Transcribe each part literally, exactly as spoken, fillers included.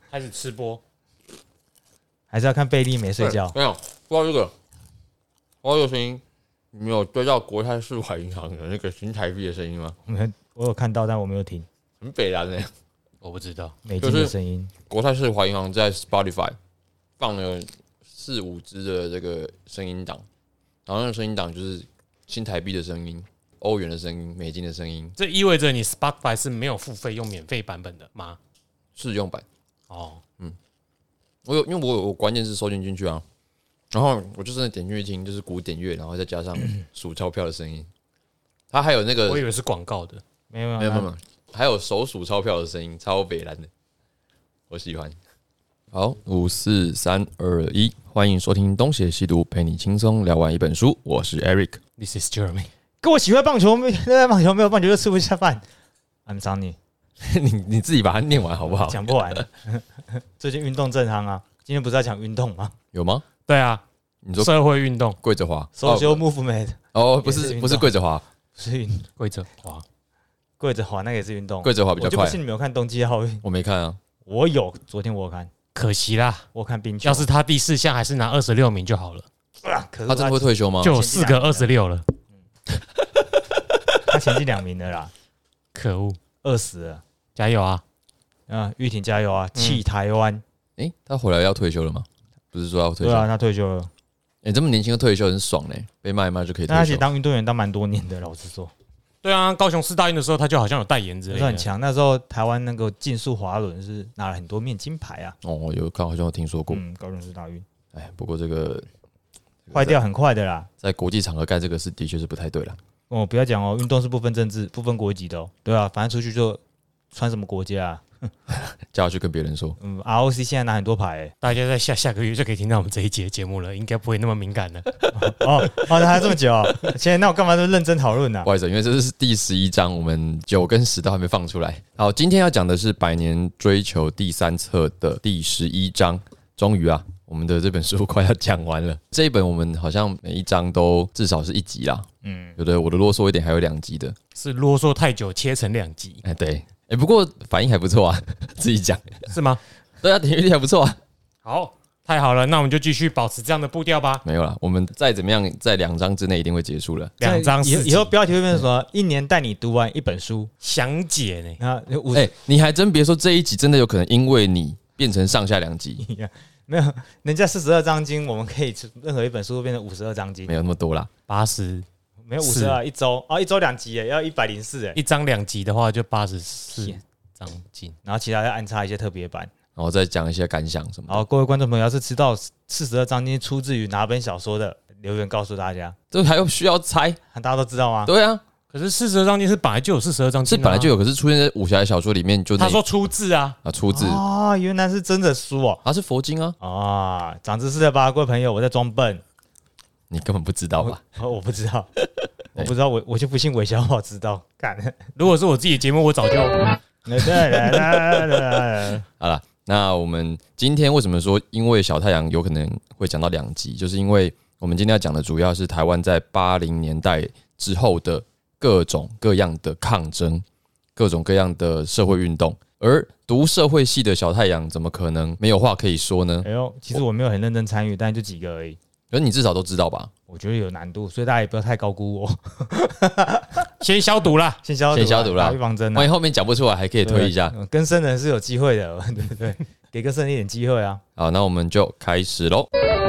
开始吃播， 还是要看贝利没睡觉？ 没有，说到这个，说到这个声音，你有追到国泰世华银行的那个新台币的声音吗？ 我有看到，但我没有听。 很北蓝的、欸， 我不知道美金的声音。 国泰世华银行在 Spotify 放了四五支的这个声音档，然后那个声音档就是新台币的声音、欧元的声音、美金的声音。 这意味着你 Spotify 是没有付费用免费版本的吗？ 试用版哦， 嗯，我有，因为我有我关键字收进进去啊，然后我就真的点进去听，就是古典乐，然后再加上数钞票的声音。它还有那个， 我以为是广告的， 没有没有没有，还有手数钞票的声音，超北蓝的，我喜欢。好，五四三二一，欢迎收听东邪西毒，陪你轻松聊完一本书。我是 Eric，This is Jeremy。 跟我喜欢棒球，没热爱棒球，没有棒球就吃不下饭。I'm Sunny。 你你自己把它念完好不好？ 讲不完。最近运动正夯啊，今天不是在讲运动吗？ 有吗？ 对啊， 你说社会运动， 跪着滑 ，social movement。 哦，不是不是跪着滑， 是跪着滑， 跪着滑那个也是运动， 跪着滑比较快。 我就不信你没有看冬季奥运， 我没看啊， 我有，昨天我有看， 可惜啦， 我看冰球。 要是他第四项还是拿二十六名就好了。 啊、可是他真的会退休吗？ 就有四个二十六了。 他前进两名的啦， 可恶， 饿死了， 加油啊！ 啊，玉婷加油啊！弃台湾， 哎、欸，他回来要退休了吗？不是说要退休？ 对啊，他退休了。 哎、欸，这么年轻的退休很爽嘞、欸，被骂一骂就可以退休。 他其实当运动员当蛮多年的，老实说。 对啊，高雄市大运的时候他就好像有代言之类的， 很强。那时候台湾那个竞速滑轮是拿了很多面金牌啊。 哦，有刚好像有听说过。 嗯，高雄市大运。 哎，不过这个坏掉很快的啦， 在国际场合干这个事的确是不太对了。 哦，不要讲哦，运动是不分政治、不分国籍的哦。对啊，反正出去就穿什么国家啊。 叫我去跟别人说， 嗯 ，R O C 现在拿很多牌、欸， 大家在下下个月就可以听到我们这一节节目了，应该不会那么敏感了。 哦哦，那还这么久、哦，现在那我干嘛都认真讨论呢？ 不好意思，因为这是第十一章，我们九跟十都还没放出来。好，今天要讲的是《百年追求》第三册的第十一章，终于啊，我们的这本书快要讲完了。这一本我们好像每一章都至少是一集啦，嗯，有的我的啰嗦一点还有两集的， 是啰嗦太久切成两集。 哎，对。哎、欸，不过反应还不错啊，自己讲是吗？ 对啊，点阅率还不错啊。 好，太好了，那我们就继续保持这样的步调吧。 没有啦，我们再怎么样，在两章之内一定会结束了。 两章四集以后标题会变成什么？一年带你读完一本书， 详解呢？ 啊， 哎、欸，你还真别说，这一集真的有可能因为你变成上下两集。 没有，人家四十二章经，我们可以任何一本书都变成五十二章经， 没有那么多啦， 八十。 没有五十二，一周哦，一周两集耶，要一百零四哎， 一章两集的话就八十四章经， 然后其他要安插一些特别版， 然后再讲一些感想什么的。 好，各位观众朋友，要是知道四十二章经出自于哪本小说的，留言告诉大家。 这还有需要猜？ 大家都知道吗？ 对啊， 可是四十二章经是本来就有四十二章经、啊， 是本来就有，可是出现在武侠小说里面就他说出自啊啊出自啊、哦，原来是真的书哦， 啊是佛经啊啊，长知识了吧，各位朋友，我在装笨。 你根本不知道吧？ 我, 我不知道，我不知道，我我就不信韦小宝知道。干， 如果是我自己的节目，我早就。 好了，那我们今天为什么说因为小太阳有可能会讲到两集，就是因为我们今天要讲的主要是台湾在八零年代之后的各种各样的抗争，各种各样的社会运动。而读社会系的小太阳怎么可能没有话可以说呢？ 哎呦，其实我没有很认真参与，但就几个而已。 可是你至少都知道吧？ 我觉得有难度，所以大家也不要太高估我。 先消毒啦， 先消毒， 先消毒啦， 打预防针。 万一后面讲不出来，还可以推一下。 更生人是有机会的，对不对？给更生人一点机会啊！ 好，那我们就开始喽。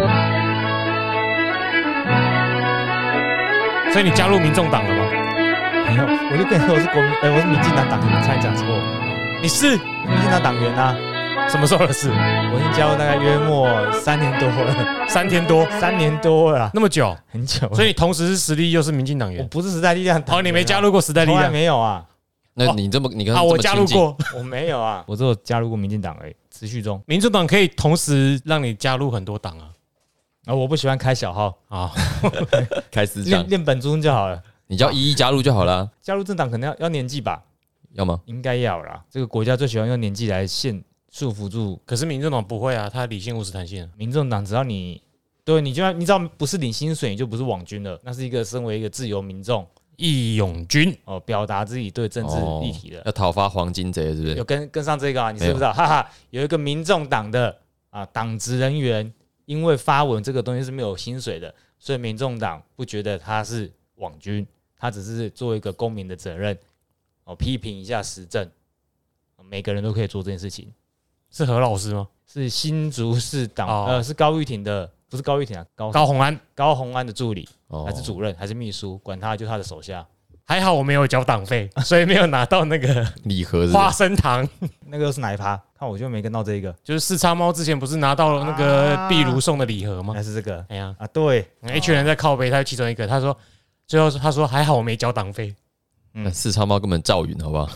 所以你加入民众党了吗？ 没有，我就跟你说我是国民，哎、欸，我是民进党党员，差点讲错。 你是民进党党员啊？ 什么时候的事？ 我已经加入大概约莫三年多了， 三天多， 三年多了， 那么久， 很久。 所以你同时是时力又是民进党员， 我不是时代力量党员、啊。 哦，你没加入过时代力量？ 没有啊。 那你这么你跟啊，我加入过， 我没有啊，我只有加入过民进党而已，持续中。 民主党可以同时让你加入很多党啊。 啊，我不喜欢开小号啊， 开私账， 练本尊就好了。 你只要一一加入就好了。 加入政党可能要要年纪吧？ 要吗？ 应该要啦。这个国家最喜欢用年纪来限束缚住。 可是民众党不会啊，他理性务实弹性、啊。 民众党只要你对你就要你知道不是领薪水，你就不是网军了。那是一个身为一个自由民众。 义勇军哦，表达自己对政治议题的， 哦、要讨伐黄金贼，是不是？ 有跟跟上这个啊？你知不知道？哈哈，有一个民众党的啊党职人员，因为发文这个东西是没有薪水的，所以民众党不觉得他是网军，他只是做一个公民的责任，哦，批评一下时政，每个人都可以做这件事情。 是何老师吗？ 是新竹市党、 哦、 呃，是高玉婷的，不是高玉婷啊，高高虹安， 高虹安的助理， 哦、 还是主任，还是秘书，管他，就他的手下。 还好我没有缴党费，所以没有拿到那个礼盒花生糖。 那个是哪一趴？看我就没跟到这个， 就是四叉猫之前不是拿到了那个壁炉送的礼盒吗？ 还是这个？ 哎呀啊，对， 一群人在靠背，他其中一个，他说最后他说还好我没缴党费。 嗯，四叉猫根本照云，好不好？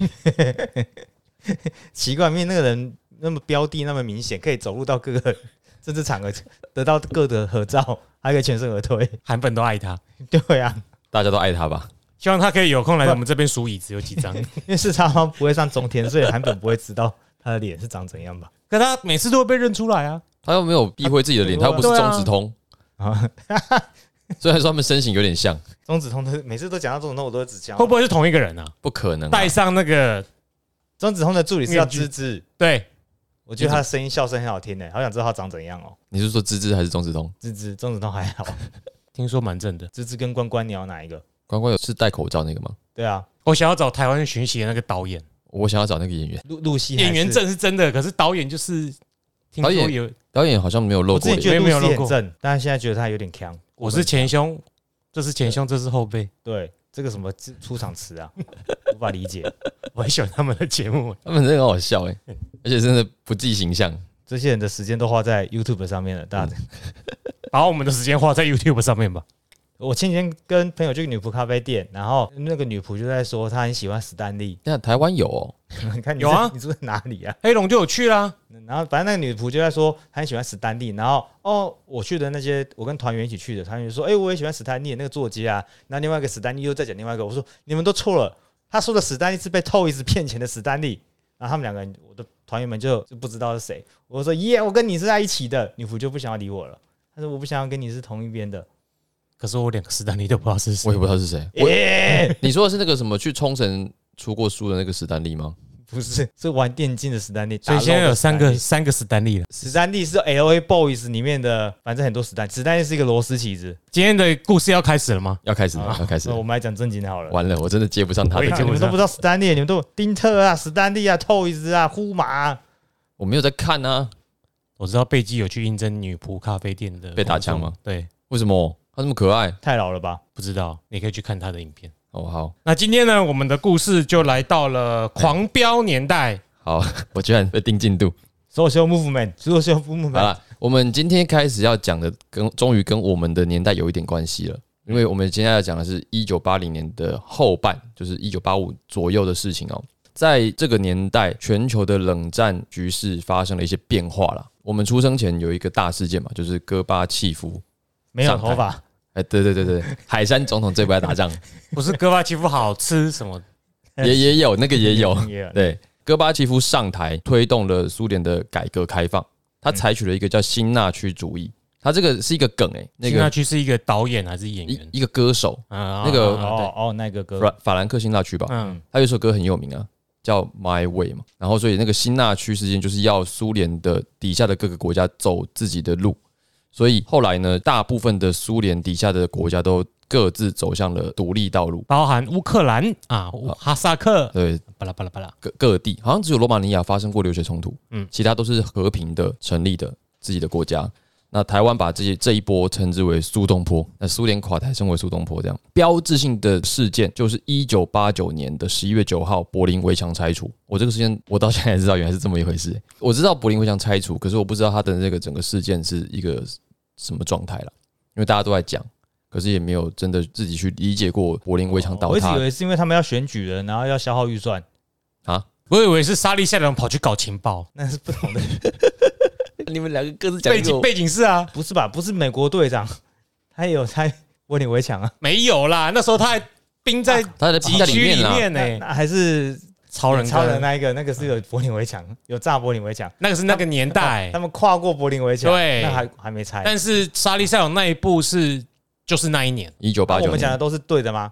奇怪，因为那个人那么标的那么明显，可以走入到各个政治场合，得到各的合照，还可以全身而退， 韩粉都爱他。 对啊， 大家都爱他吧？ 希望他可以有空来我们这边数椅子，有几张。 因为四叉猫不会上中天，所以韩粉不会知道他的脸是长怎样吧？ 可他每次都会被认出来啊。 他又没有避讳自己的脸，他又不是中指通啊。虽然说他们身形有点像， 中指通的每次都讲到中指通，我都会指向。 会不会是同一个人啊？ 不可能、啊， 戴上那个中指通的助理是叫芝芝， 对， 我觉得他的声音笑声很好听诶、欸，好想知道他长怎样哦、喔。 你是说芝芝还是中指通？ 芝芝，中指通还好， 听说蛮正的。 芝芝跟关关，你要哪一个？ 关关有是戴口罩那个吗？ 对啊， 我想要找台湾巡习的那个导演， 我想要找那个演员。 陆陆戏演员正是真的，可是导演就是听说有导演好像没有露过脸， 我之前觉得陆戏很正，但是现在觉得他有点强。 我是前胸，这是前胸，这是后背。 对，这个什么出场词啊，无法理解。 我很喜欢他们的节目， 他们真的很好笑哎、欸，而且真的不计形象。 这些人的时间都花在 YouTube 上面了，大家、 嗯、把我们的时间花在 YouTube 上面吧。 我前几天跟朋友去女仆咖啡店，然后那个女仆就在说她很喜欢史丹利。 那台湾有哦， 你看你有啊， 你住在哪里啊？ 黑龙就有去啦。 然后反正那个女仆就在说她很喜欢史丹利，然后哦，我去的那些我跟团员一起去的，团员就说，哎、欸，我也喜欢史丹利的那个作家啊。然后另外一个史丹利又再讲另外一个，我说你们都错了，他说的史丹利是被 Toys 骗钱的史丹利。然后他们两个人，我的团员们就就不知道是谁。我说耶，我跟你是在一起的。女仆就不想要理我了，她说我不想要跟你是同一边的。 可是我两个史丹利都不知道是谁， 我也不知道是谁。 欸、 你说的是那个什么去冲绳出过书的那个史丹利吗？ 不是，是玩电竞的史丹利。 所以现在有三个三个史丹利了。 史丹利是 L A Boys 里面的，反正很多史丹。史丹利是一个螺丝起子。 今天的故事要开始了吗？ 要开始了， 啊、 要开始了。 我们来讲正经的好了。 完了，我真的接不上他的节目。 你们都不知道史丹利，你们都丁特啊、史丹利啊、Toys 啊、呼马、啊。 我没有在看啊。 我知道贝基有去应征女仆咖啡店的， 被打枪吗？ 对， 为什么？他这么可爱， 太老了吧？ 不知道，你可以去看他的影片。 哦，好。 那今天呢，我们的故事就来到了狂飙年代。 好，我居然被定进度。 Social movement，Social movement。 好了，我们今天开始要讲的跟，终于跟我们的年代有一点关系了，因为我们今天要讲的是一九八零年的后半，就是一九八五左右的事情哦。在这个年代，全球的冷战局势发生了一些变化啦。我们出生前有一个大事件嘛，就是戈巴契夫没有头发。 哎，对对对对，海山总统最不爱打仗， 不是戈巴契夫好吃什么？ 也也有那个也有，对。戈巴契夫上台推动了苏联的改革开放，他采取了一个叫新纳区主义。他这个是一个梗哎、欸，那个新纳区是一个导演还是演员？ 一一个歌手， 啊、 那个哦哦那个歌， 法兰克辛纳区吧， 嗯， 他有一首歌很有名啊，叫《My Way》嘛。然后所以那个新纳区事件就是要苏联的底下的各个国家走自己的路，所以后来呢，大部分的苏联底下的国家都各自走向了独立道路， 包含乌克兰啊、哈萨克， 对， 巴拉巴拉巴拉， 各各地好像只有罗马尼亚发生过流血冲突， 嗯， 其他都是和平的成立的自己的国家。那台湾把这些这一波称之为苏东坡，那苏联垮台称为苏东坡，这样标志性的事件就是一九八九年的十一月九号柏林围墙拆除。我这个事件我到现在才知道原来是这么一回事。我知道柏林围墙拆除，可是我不知道它的这个整个事件是一个什么状态啦，因为大家都在讲。可是也没有真的自己去理解过柏林围墙倒塌。 我一直以为是因为他们要选举了，然后要消耗预算啊。 我以为是沙利夏人跑去搞情报， 那是不同的。 你们两个各自讲背景背景是啊， 不是吧？不是美国队长，他也有拆柏林围墙啊？ 没有啦，那时候他还冰在他的集区里面呢、欸， 那还是超人超人那一个，那个是有柏林围墙，有炸柏林围墙， 那个是那个年代， 他们跨过柏林围墙， 对， 那还还没拆。 但是沙利夏有那一部是就是那一年， 一九八九年， 我们讲的都是对的吗？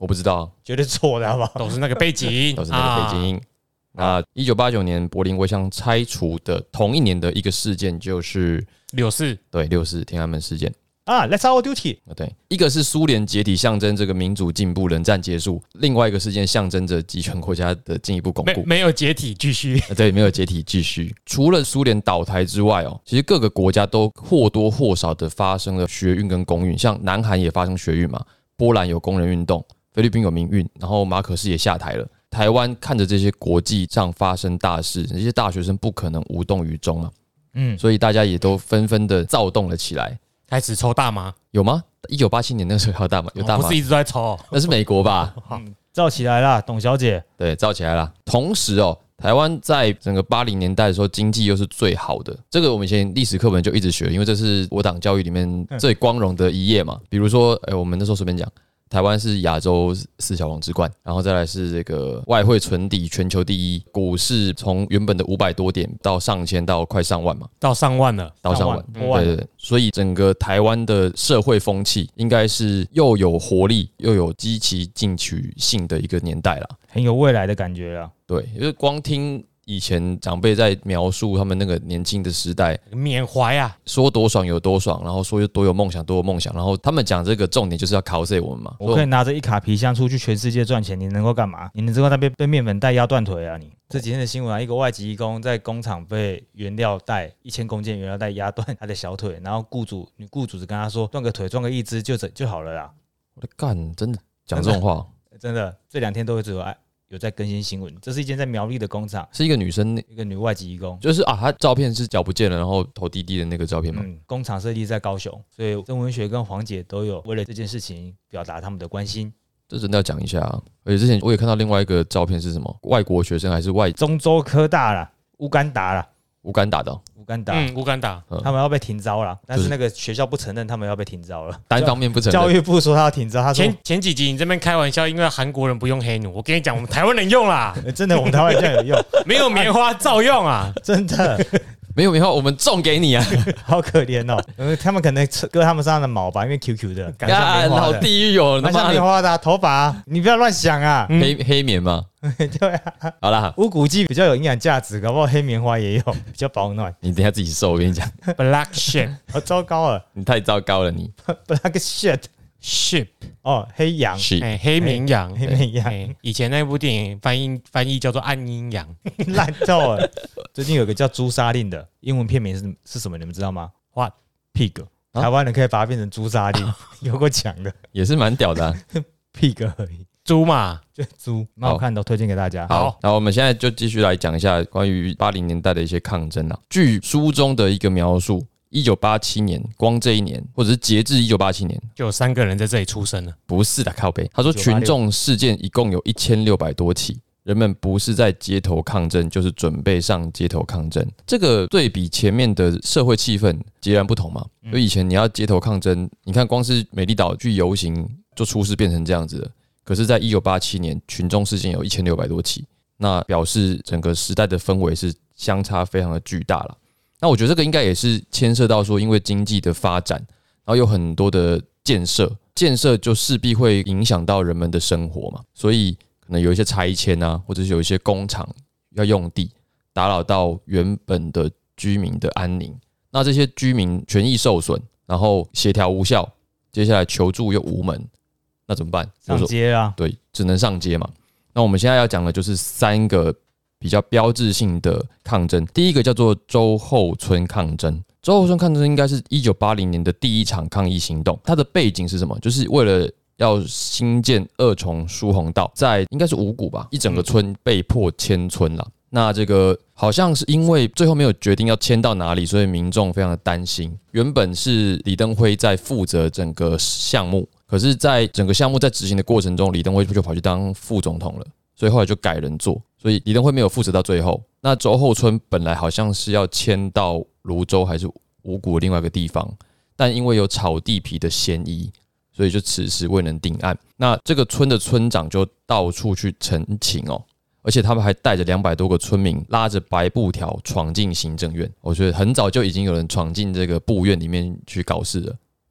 我不知道， 绝对错的好不好？ 都是那个背景， 都是那个背景。啊、那一九八九年柏林围墙拆除的同一年的一个事件就是六四， 对六四天安门事件。 啊 ，That's our duty。 对，一个是苏联解体，象征这个民主进步，冷战结束；另外一个事件象征着集权国家的进一步巩固。 没没有解体，继续。 对，没有解体，继续。除了苏联倒台之外哦，其实各个国家都或多或少的发生了学运跟工运，像南韩也发生学运嘛，波兰有工人运动，菲律宾有民运，然后马可仕也下台了。台湾看着这些国际上发生大事，这些大学生不可能无动于衷啊。嗯，所以大家也都纷纷的躁动了起来。 开始抽大麻， 有吗？一九八七年那时候还有大麻，有大麻、 哦，不是一直都在抽， 那是美国吧？ 嗯，造起来啦，董小姐。 对，造起来啦。同时哦，台湾在整个八零年代的时候，经济又是最好的。这个我们以前历史课本就一直学，因为这是我党教育里面最光荣的一页嘛。比如说，哎、欸，我们那时候随便讲。台湾是亚洲四小龙之冠，然后再来是这个外汇存底全球第一，股市从原本的五百多点到上千到快上万嘛， 到上万了， 到上万，上万对对对，所以整个台湾的社会风气应该是又有活力又有积极进取性的一个年代啦， 很有未来的感觉啦。 对，因为光听以前长辈在描述他们那个年轻的时代， 缅怀啊， 说多爽有多爽，然后说有多有梦想多有梦想，然后他们讲这个重点就是要cos我们嘛。 我可以拿着一卡皮箱出去全世界赚钱，你能够干嘛？你能够那边被面粉袋压断腿啊你？这几天的新闻啊，一个外籍移工在工厂被原料袋一千公斤原料袋压断他的小腿，然后雇主女雇主只跟他说断个腿断个一只就就好了啦。 我的干，真的讲这种话， 真的这两天都会只有爱。有在更新新闻，这是一间在苗栗的工厂， 是一个女生， 一个女外籍移工， 就是啊，她照片是脚不见了，然后头低低的那个照片嘛。 嗯，工厂设立在高雄，所以曾文学跟黄姐都有为了这件事情表达他们的关心。 这真的要讲一下啊！而且之前我也看到另外一个照片是什么？外国学生还是外中州科大啦，乌干达啦， 乌干达的、哦。 乌干达， 嗯，乌干达， 他们要被停招了，但是那个学校不承认他们要被停招了， 单方面不承认。 教育部说他要停招，他说前前几集你这边开玩笑，因为韩国人不用黑奴，我跟你讲，我们台湾人用啦， 真的，我们台湾这样有用， 没有棉花照用啊， 真的。 没有棉花，我们种给你啊！ 好可怜哦，他们可能割他们身上的毛吧，因为 Q Q 的， 啊，老地狱哦， 蛮像棉花的、啊、头发、啊，你不要乱想啊。 黑黑棉嘛， 对啊。 好啦， 乌骨鸡比较有营养价值，搞不好黑棉花也有，比较保暖。 你等一下自己瘦，我跟你讲。 Black shit， 好糟糕了， 你太糟糕了你。 Black shit。 Sheep 哦，黑羊， 哎，黑绵羊， 黑绵羊。 以前那部电影翻译翻译叫做暗阴阳， 烂透了。最近有个叫朱砂令的英文片名是是什么？你们知道吗 ？What pig？、啊、台湾人可以把它变成朱砂令，有够强的， 也是蛮屌的、啊。 pig 而已， 猪嘛， 就猪，蛮好看的，推荐给大家。 好，那我们现在就继续来讲一下关于八零年代的一些抗争啊。据书中的一个描述。一九八七年，光这一年，或者是截至一九八七年， 就有三个人在这里出生了。 不是的，靠北。他说，群众事件一共有一千六百多起，人们不是在街头抗争，就是准备上街头抗争。这个对比前面的社会气氛截然不同嘛。因为以前你要街头抗争，你看光是美丽岛去游行就出事变成这样子的。可是，在一九八七年，群众事件有一千六百多起，那表示整个时代的氛围是相差非常的巨大了。那我觉得这个应该也是牵涉到说，因为经济的发展，然后有很多的建设，建设就势必会影响到人们的生活嘛，所以可能有一些拆迁啊，或者是有一些工厂要用地，打扰到原本的居民的安宁。那这些居民权益受损，然后协调无效，接下来求助又无门，那怎么办？ 上街啊， 对，只能上街嘛。那我们现在要讲的就是三个。比较标志性的抗争，第一个叫做周后村抗争。周后村抗争应该是一九八零年的第一场抗议行动，它的背景是什么？就是为了要新建二重疏洪道，在应该是五股吧，一整个村被迫迁村了。那这个好像是因为最后没有决定要迁到哪里，所以民众非常的担心。原本是李登辉在负责整个项目，可是在整个项目在执行的过程中，李登辉就跑去当副总统了。所以后来就改人做，所以李登辉没有负责到最后。那周后村本来好像是要迁到泸州还是五股另外一个地方，但因为有炒地皮的嫌疑，所以就迟迟未能定案。那这个村的村长就到处去陈情哦，而且他们还带着两百多个村民拉着白布条闯进行政院。我觉得很早就已经有人闯进这个部院里面去搞事了。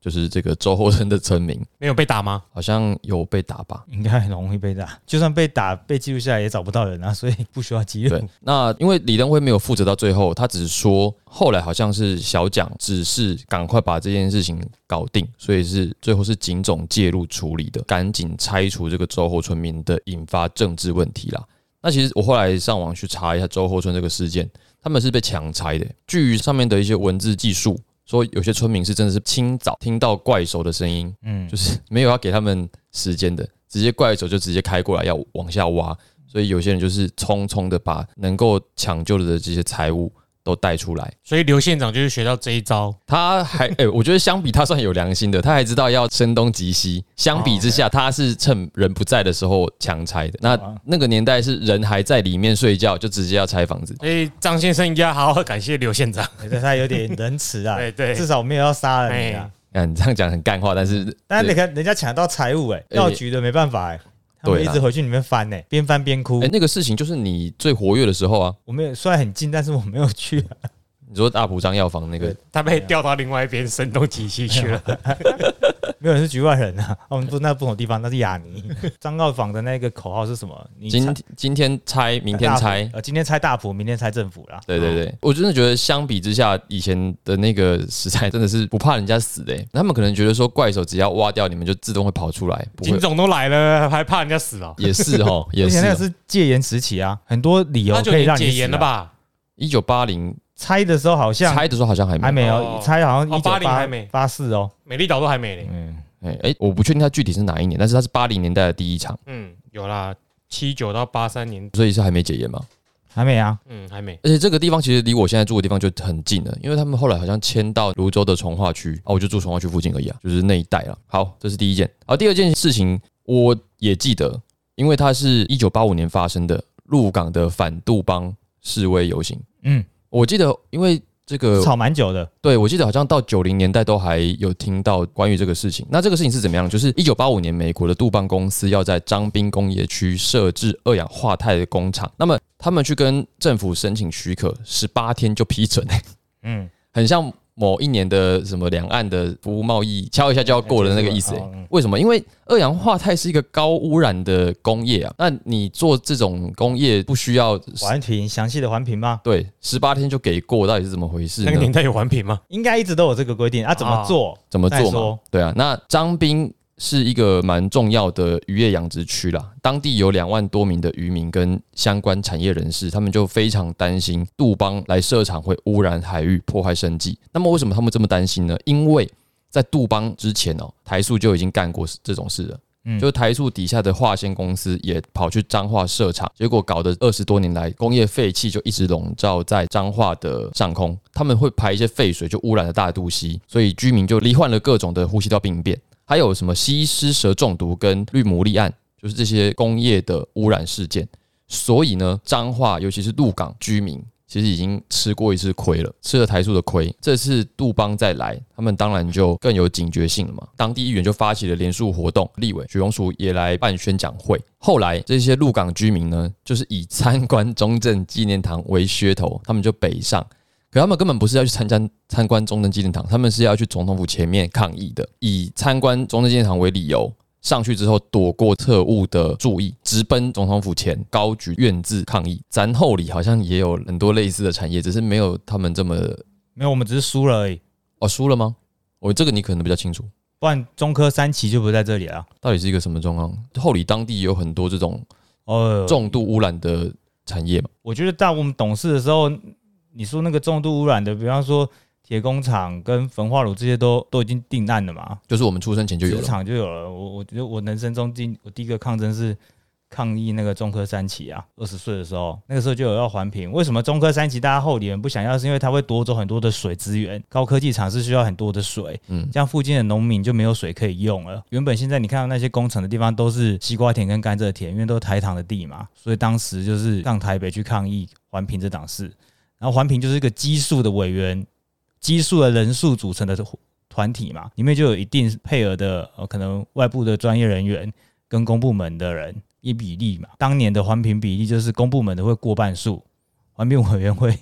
就是这个周后村的村民， 没有被打吗？ 好像有被打吧？ 应该很容易被打，就算被打被记录下来也找不到人啊，所以不需要记录。 对，那因为李登辉没有负责到最后，他只是说后来好像是小蒋指示赶快把这件事情搞定，所以是最后是警总介入处理的，赶紧拆除这个周后村民的引发政治问题啦。那其实我后来上网去查一下周后村这个事件，他们是被强拆的。据上面的一些文字记述，说有些村民是真的是清早听到怪手的声音，嗯，就是没有要给他们时间的，直接怪手就直接开过来要往下挖，所以有些人就是匆匆的把能够抢救的这些财物都带出来。 所以刘县长就是学到这一招， 他还哎、欸，我觉得相比他算有良心的，他还知道要声东击西。相比之下，他是趁人不在的时候强拆的。那那个年代是人还在里面睡觉，就直接要拆房子。 所以张先生应该好好感谢刘县长， 他有点仁慈啊， 对对， 至少没有要杀人你啊。 啊，你这样讲很干话，但是但是你看人家抢到财物，哎，药局的没办法，哎。他们一直回去里面翻呢、欸，边翻边哭。 哎、欸，那个事情就是你最活跃的时候啊。 我没有，虽然很近，但是我没有去、啊。 你说大埔张药房那个， 他被调到另外一边声东击西去了。 没有人是局外人啊，我们不那不同地方，那是亚尼。张药房的那个口号是什么？你今今天拆，明天拆， 呃，今天拆大埔，明天拆政府啦。 对对对，我真的觉得相比之下，以前的那个时代真的是不怕人家死的、欸。他们可能觉得说怪手只要挖掉，你们就自动会跑出来。 警总都来了，还怕人家死哦？ 也是哦，也是。 而且那个是戒严时期啊，很多理由可以让你死、啊。 解严了吧？ 一九八零。 拆的时候好像拆的时候好像还没还没有，拆好像一九八零还没八四哦， 美丽岛都还没嘞。 嗯，哎、欸、我不确定它具体是哪一年，但是它是八零年代的第一场。 嗯，有啦，七九到八三年， 所以是还没解严吗？ 还没啊， 嗯，还没。 而且这个地方其实离我现在住的地方就很近了，因为他们后来好像迁到泸州的从化区啊，我就住从化区附近而已啊，就是那一带了。好，这是第一件。好，第二件事情我也记得，因为它是一九八五年发生的鹿港的反杜邦示威游行。嗯，我记得因为。这个吵蛮久的， 对，我记得好像到九零年代都还有听到关于这个事情。那这个事情是怎么样？就是一九八五年，美国的杜邦公司要在彰滨工业区设置二氧化钛的工厂，那么他们去跟政府申请许可，十八天就批准、欸，嗯，很像某一年的什么两岸的服务贸易敲一下就要过的那个意思、欸。为什么？因为二氧化钛是一个高污染的工业啊，那你做这种工业不需要环评详细的环评吗？ 对，十八天就给过，到底是怎么回事呢？ 那个年代有环评吗？ 应该一直都有这个规定啊，怎么做？ 怎么做嘛？对啊，那彰滨是一个蛮重要的渔业养殖区啦，当地有两万多名的渔民跟相关产业人士，他们就非常担心杜邦来设厂会污染海域、破坏生计。那么为什么他们这么担心呢？因为在杜邦之前哦，台塑就已经干过这种事了。嗯，就是台塑底下的化纤公司也跑去彰化设厂，结果搞得二十多年来工业废气就一直笼罩在彰化的上空，他们会排一些废水，就污染了大肚溪，所以居民就罹患了各种的呼吸道病变，还有什么西施蛇中毒跟氯牡蛎案，就是这些工业的污染事件。所以呢，彰化尤其是鹿港居民。其实已经吃过一次亏了，吃了台塑的亏。这次杜邦再来，他们当然就更有警觉性了嘛。当地议员就发起了联署活动，立委许荣淑也来办宣讲会。后来这些鹿港居民呢，就是以参观中正纪念堂为噱头，他们就北上。可他们根本不是要去参加参观中正纪念堂，他们是要去总统府前面抗议的，以参观中正纪念堂为理由。上去之后躲过特务的注意，直奔总统府前高举怨字抗议。咱后里好像也有很多类似的产业，只是没有他们这么没有，我们只是输了而已。 哦，输了吗？我这个你可能比较清楚， 不然中科三期就不在这里了。 到底是一个什么状况？后里当地有很多这种重度污染的产业嘛。 我觉得在我们懂事的时候，你说那个重度污染的，比方说。铁工厂跟焚化炉这些都都已经定案了嘛， 就是我们出生前就有了， 厂就有了。我我觉得我人生中第我第一个抗争是抗议那个中科三期啊，二十岁的时候，那个时候就有要环评。为什么中科三期大家后里人不想要？是因为它会夺走很多的水资源，高科技厂是需要很多的水，嗯，这样附近的农民就没有水可以用了。原本现在你看到那些工厂的地方都是西瓜田跟甘蔗田，因为都是台糖的地嘛，所以当时就是上台北去抗议环评这档事。然后环评就是一个基数的委员。基数的人数组成的团体嘛，里面就有一定配额的、呃、可能外部的专业人员跟公部门的人一比例嘛。当年的环评比例就是公部门的会过半数，环评委员会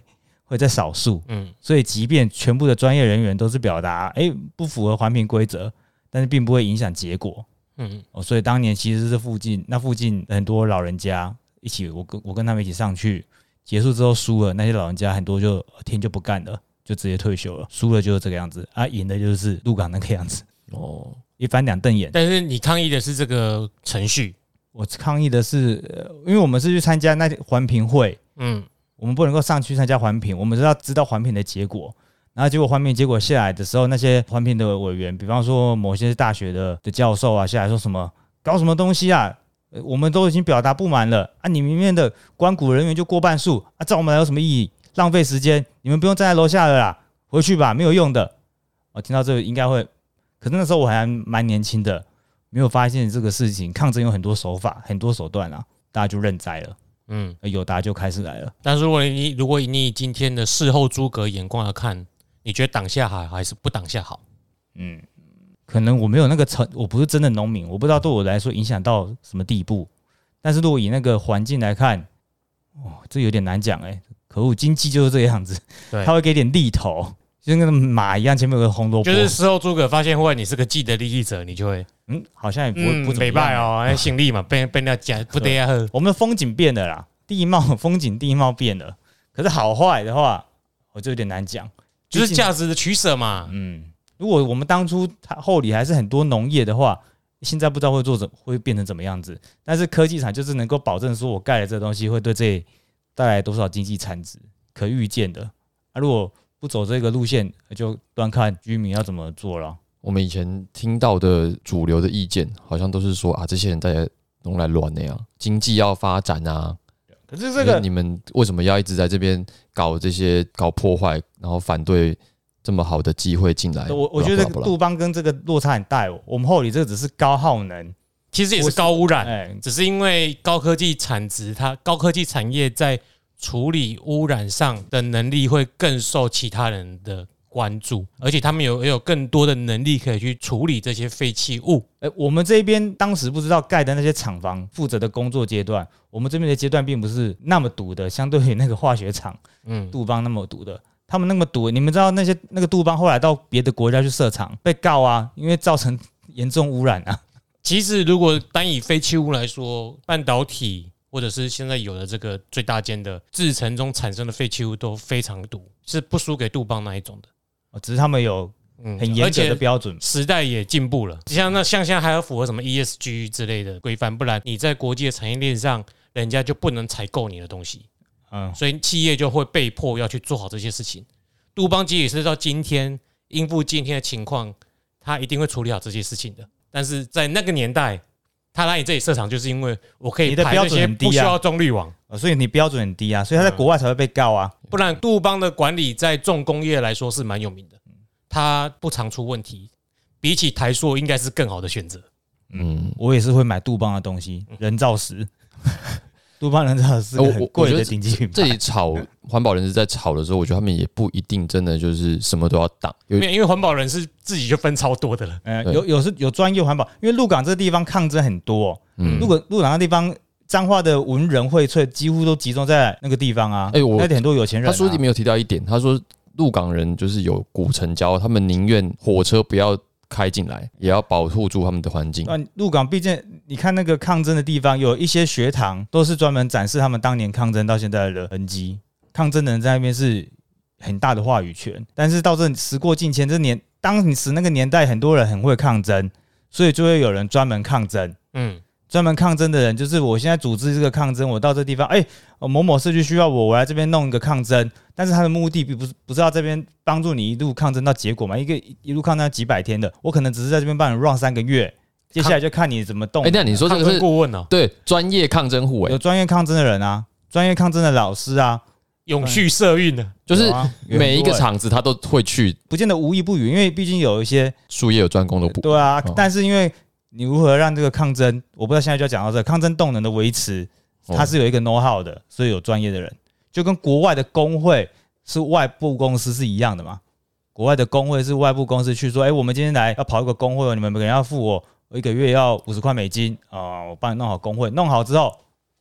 会在少数， 嗯， 所以即便全部的专业人员都是表达哎不符合环评规则，但是并不会影响结果。嗯，哦，所以当年其实是附近那附近很多老人家一起，我跟我跟他们一起上去，结束之后输了，那些老人家很多就天就不干了，就直接退休了。输了就是这个样子啊，赢的就是鹿港那个样子。哦，一翻两瞪眼。 但是你抗议的是这个程序， 我抗议的是，因为我们是去参加那环评会，嗯，我们不能够上去参加环评，我们是要知道环评的结果。然后结果环评结果下来的时候，那些环评的委员，比方说某些大学的的教授啊，下来说什么搞什么东西啊，我们都已经表达不满了啊，你里面的关谷人员就过半数啊，找我们来有什么意义？浪费时间，你们不用站在楼下了啦，回去吧，没有用的。我听到这个应该会，可是那时候我还蛮年轻的，没有发现这个事情，抗争有很多手法、很多手段啊，大家就认栽了。嗯，有答就开始来了。 但是如果你如果你以今天的事后诸葛眼光来看，你觉得挡下好还是不挡下好？ 嗯，可能我没有那个成，我不是真的农民，我不知道对我来说影响到什么地步。但是如果以那个环境来看，哦，这有点难讲哎、欸。可恶，经济就是这个样子，他会给点利头，就跟马一样，前面有个红萝卜。 就是事后诸葛发现，或者你是个既得利益者，你就会嗯，好像也不会、嗯、不怎么样、欸、哦，心力嘛，被被人家讲不得呀。 我们的风景变了啦，地貌风景地貌变了，可是好坏的话，我就有点难讲。 就是价值的取舍嘛。 嗯，如果我们当初后里还是很多农业的话，现在不知道会做怎会变成怎么样子。但是科技厂就是能够保证说，我盖的这个东西会对这里带来多少经济产值，可预见的。啊，如果不走这个路线，就端看居民要怎么做了。 我们以前听到的主流的意见，好像都是说啊，这些人在弄来乱那样，经济要发展啊。 可是这个你们为什么要一直在这边搞这些搞破坏，然后反对这么好的机会进来？ 我我觉得杜邦跟这个落差很大。我们后里这个只是高耗能， 其实也是高污染，欸、只是因为高科技产值，它高科技产业在处理污染上的能力会更受其他人的关注，而且他们有也有更多的能力可以去处理这些废弃物。 欸、我们这边当时不知道盖的那些厂房负责的工作阶段，我们这边的阶段并不是那么毒的，相对于那个化学厂，嗯，杜邦那么毒的，他们那么毒，你们知道那些那个杜邦后来到别的国家去设厂被告啊，因为造成严重污染啊。 其实如果单以废弃物来说，半导体或者是现在有的这个最大间的制程中产生的废弃物都非常毒，是不输给杜邦那一种的。 只是他们有很严格的标准， 时代也进步了。像那像现在还要符合什么 E S G 之类的规范，不然你在国际的产业链上，人家就不能采购你的东西。嗯，所以企业就会被迫要去做好这些事情。杜邦其实也是到今天应付今天的情况，他一定会处理好这些事情的。但是在那个年代，他来你这里设厂，就是因为我可以排这些不需要中滤网， 所以你标准很低啊，所以他在国外才会被告啊。 不然杜邦的管理在重工业来说是蛮有名的，他不常出问题，比起台塑应该是更好的选择。 嗯，我也是会买杜邦的东西，人造石。杜邦人造石是个很贵的顶级品牌。 这里炒环保人士在炒的时候，我觉得他们也不一定真的就是什么都要挡， 因为环保人士自己就分超多的了。 呃、有有是有专业环保，因为鹿港这个地方抗争很多、哦。嗯，鹿港鹿港那地方。彰化的文人荟萃几乎都集中在那个地方啊，欸、我那很多有钱人、啊。 他说里面有提到一点，他说鹿港人就是有古城郊，他们宁愿火车不要开进来，也要保护住他们的环境。 鹿港毕竟你看那个抗争的地方，有一些学堂都是专门展示他们当年抗争到现在的痕迹。抗争的人在那边是很大的话语权，但是到这时过境迁，这年当时那个年代，很多人很会抗争，所以就会有人专门抗争。嗯。专门抗争的人，就是我现在组织这个抗争，我到这地方，哎、欸，某某社区需要我，我来这边弄一个抗争，但是他的目的并不是不是要这边帮助你一路抗争到结果嘛？一个一路抗争几百天的，我可能只是在这边帮你 run 三个月，接下来就看你怎么动。 哎、欸，那你说这个是顾问哦？ 对，专业抗争户、欸， 有专业抗争的人啊，专业抗争的老师啊， 永续社运的， 就是每一个场子他都会去， 不见得无意不语，因为毕竟有一些术业有专攻的部分。 对啊，哦、但是因为。你如何让这个抗争？我不知道现在就要讲到这个抗争动能的维持，它是有一个 know how 的，所以有专业的人，就跟国外的工会是外部公司是一样的嘛。国外的工会是外部公司去说，哎、欸，我们今天来要跑一个工会，你们每个人要付我，我一个月要五十块美金啊、呃，我帮你弄好工会，弄好之后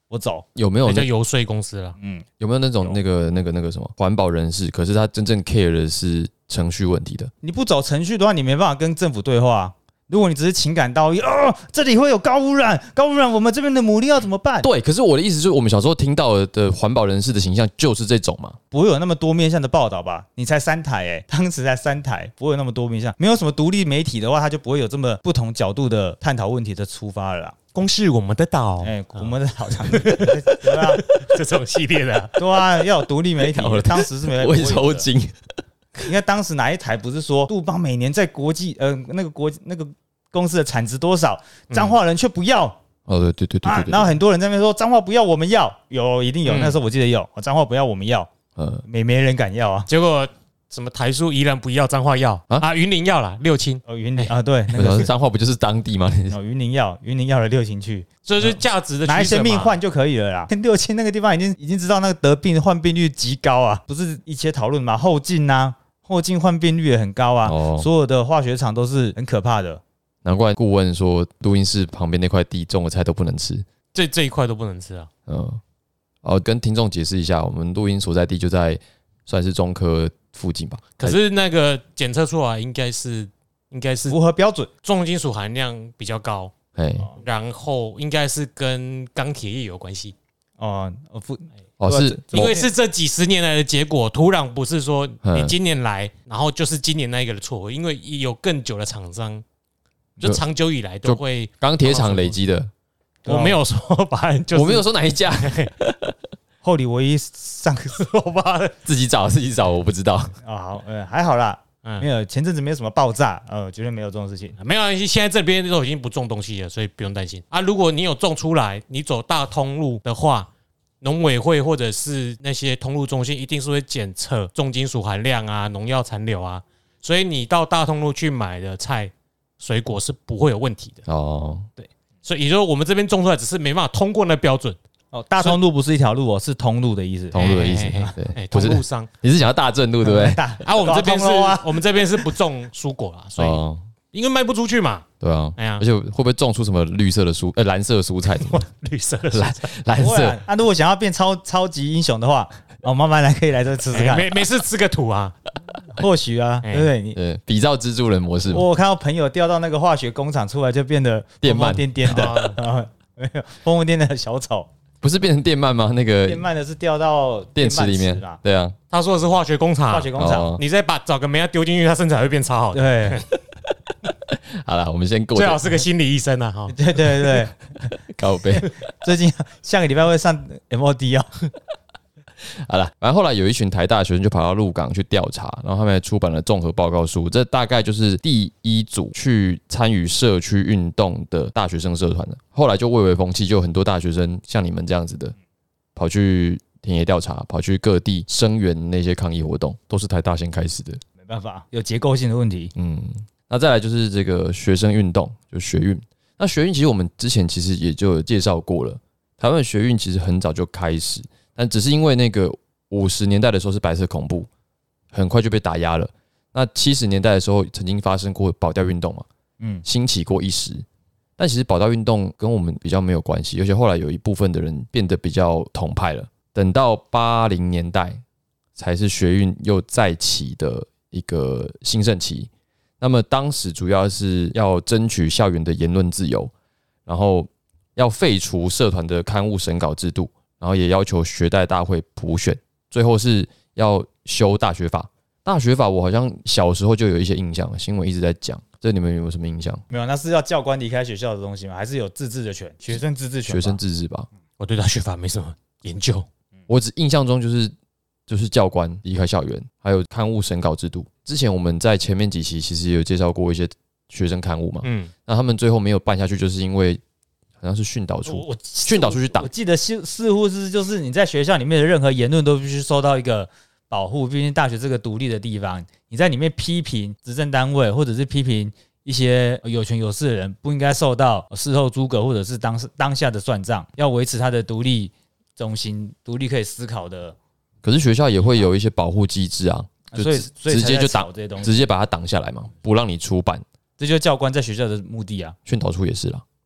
我走。 有没有叫游说公司了？ 嗯， 有没有那种那个那个那个什么环保人士？可是他真正 care 的是程序问题的。 你不走程序的话，你没办法跟政府对话。如果你只是情感道义，哦，这里会有高污染，高污染，我们这边的牡蛎要怎么办？ 对，可是我的意思就是，我们小时候听到的环保人士的形象就是这种嘛， 不会有那么多面向的报道吧？你才三台哎、欸，当时才三台，不会有那么多面向。没有什么独立媒体的话，他就不会有这么不同角度的探讨问题的出发了啦。 公是我们的岛， 哎、欸，我们的岛上，对啊， 这种系列的、啊， 对啊，要有独立媒体。当时是没胃抽筋。 应该当时哪一台不是说杜邦每年在国际呃那个国那个公司的产值多少，彰化人却不要。 哦，对对对对对。 然后很多人在那边说彰化不要，我们要，有一定有，那时候我记得有，彰化不要，我们要，呃，没没人敢要啊。 结果什么台塑宜兰不要，彰化要啊，云林要啦，六轻哦，云林啊，对，那个彰化不就是当地吗？ 哦，云林要，云林要了六轻去， 所以就价值的拿一些命换就可以了啦。六轻那个地方已经已经知道那个得病患病率极高啊，不是一些讨论嘛，后劲啊。后劲患病率也很高啊，哦、所有的化学厂都是很可怕的。 难怪顾问说录音室旁边那块地种的菜都不能吃， 这这一块都不能吃啊。 嗯，哦，跟听众解释一下，我们录音所在地就在算是中科附近吧。 可是那个检测出来应该是应该是符合标准， 重金属含量比较高， 哎， 然后应该是跟钢铁业有关系。 哦，附。 哦，是因为是这几十年来的结果，土壤不是说你今年来，然后就是今年那一个的错，因为有更久的厂商，就长久以来都会钢铁厂累积的。 我没有说把人， 我没有说哪一家， 后里唯一上我把自己找自己找，我不知道啊。好，呃，还好啦，没有前阵子没有什么爆炸，呃，绝对没有这种事情， 没有关系。现在这边都已经不种东西了，所以不用担心啊。如果你有种出来，你走大通路的话。农委会或者是那些通路中心一定是会检测重金属含量啊、农药残留啊，所以你到大通路去买的菜、水果是不会有问题的哦。对，所以也就是我们这边种出来只是没办法通过那标准哦。大通路不是一条路哦，是通路的意思， 通路的意思。 对，通路商， 你是想要大正路对不对？ 啊，我们这边是，我们这边是不种蔬果啦，所以。因为卖不出去嘛， 对啊，哎呀，而且会不会种出什么绿色的蔬呃蓝色的蔬菜？ 绿色的蓝蓝色。 那如果想要变超超级英雄的话，哦，慢慢来可以来这吃吃看， 没没事吃个土啊， 或许啊，对不对？你对比照蜘蛛人模式。 我看到朋友调到那个化学工厂出来，就变得电鳗颠颠的，没有疯疯癫癫的小丑， 不是变成电鳗吗？那个电鳗的是掉到电池里面，对啊， 他说的是化学工厂， 化学工厂， 你再把找个煤丢进去，它身材会变超好的， 对。 好了，我们先过。 最好是个心理医生啊！哈， 对对对， 靠背。 最近下个礼拜会上 M O D 哦。 好了，然后后来有一群台大学生就跑到鹿港去调查，然后他们还出版了综合报告书。这大概就是第一组去参与社区运动的大学生社团的。后来就蔚为风气，就有很多大学生像你们这样子的，跑去田野调查，跑去各地声援那些抗议活动，都是台大先开始的。 没办法，有结构性的问题。 嗯。那再来就是这个学生运动，就学运。那学运其实我们之前其实也就有介绍过了，台湾的学运其实很早就开始，但只是因为那个五十年代的时候是白色恐怖，很快就被打压了。那七十年代的时候曾经发生过保钓运动嘛，嗯，兴起过一时。但其实保钓运动跟我们比较没有关系，而且后来有一部分的人变得比较统派了。等到八零年代才是学运又再起的一个兴盛期。那么当时主要是要争取校园的言论自由，然后要废除社团的刊物审稿制度，然后也要求学代大会普选，最后是要修大学法。大学法我好像小时候就有一些印象，新闻一直在讲，这你们有没有什么印象？ 没有，那是要教官离开学校的东西吗？还是有自治的权？学生自治权？ 学生自治吧。 我对大学法没什么研究， 我只印象中就是就是教官离开校园，还有刊物审稿制度。之前我们在前面几期其实也有介绍过一些学生刊物嘛，嗯，那他们最后没有办下去，就是因为好像是训导处，训导处去挡。 我记得似似乎是就是你在学校里面的任何言论都必须受到一个保护，毕竟大学这个独立的地方，你在里面批评执政单位或者是批评一些有权有势的人，不应该受到事后诸葛或者是当当下的算账，要维持他的独立中心、独立可以思考的。 可是学校也会有一些保护机制啊。就所以直接就挡这些东西， 直接把它挡下来嘛，不让你出版。 这就是教官在学校的目的啊。 训导处也是啦。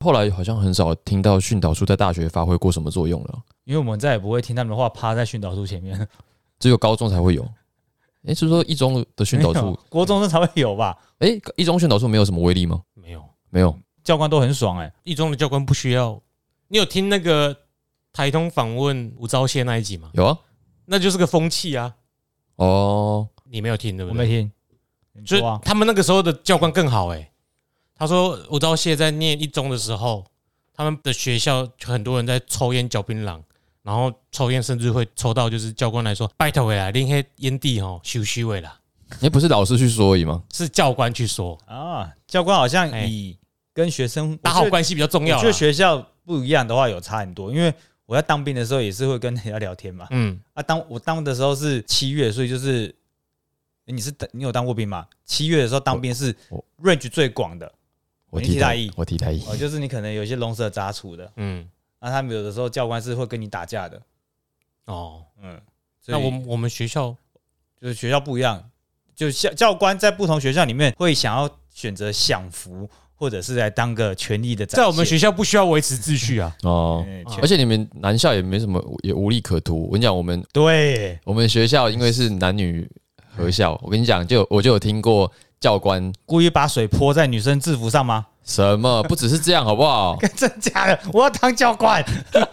后来好像很少听到训导处在大学发挥过什么作用了， 因为我们再也不会听他们的话，趴在训导处前面， 只有高中才会有。哎、欸，是说一中的训导处， 国中生才会有吧？ 哎、欸，一中训导处没有什么威力吗？ 没有， 没有， 教官都很爽哎、欸。 一中的教官不需要。你有听那个台通访问吴钊燮那一集吗？ 有啊， 那就是个风气啊。 哦， 你没有听对不对？ 我没听。 所以他们那个时候的教官更好哎、欸。他说吴钊燮在念一中的时候，他们的学校很多人在抽烟嚼槟榔。然后抽烟甚至会抽到，就是教官来说，拜托回来，拎黑烟蒂吼，修修的啦。 哎，不是老师去说而已吗？ 是教官去说啊。教官好像以跟学生打好关系比较重要。 我觉得学校不一样的话，有差很多。因为我在当兵的时候也是会跟人家聊天嘛。嗯。啊，当我当的时候是七月，所以就是你是你有当过兵吗？七月的时候当兵是 range 最广的。 我替代役，我替代役。 哦，就是你可能有一些龙蛇杂处的。嗯。那、啊、他们有的时候教官是会跟你打架的， 哦，嗯，那我们我们学校就是学校不一样，就教教官在不同学校里面会想要选择享福，或者是来当个权力的展现。 在我们学校不需要维持秩序啊， 哦，而且你们男校也没什么，也无利可图。我跟你讲，我们对我们学校因为是男女合校，我跟你讲，就我就有听过教官故意把水泼在女生制服上吗？ 什么？不只是这样，好不好？ 真假的？我要当教官，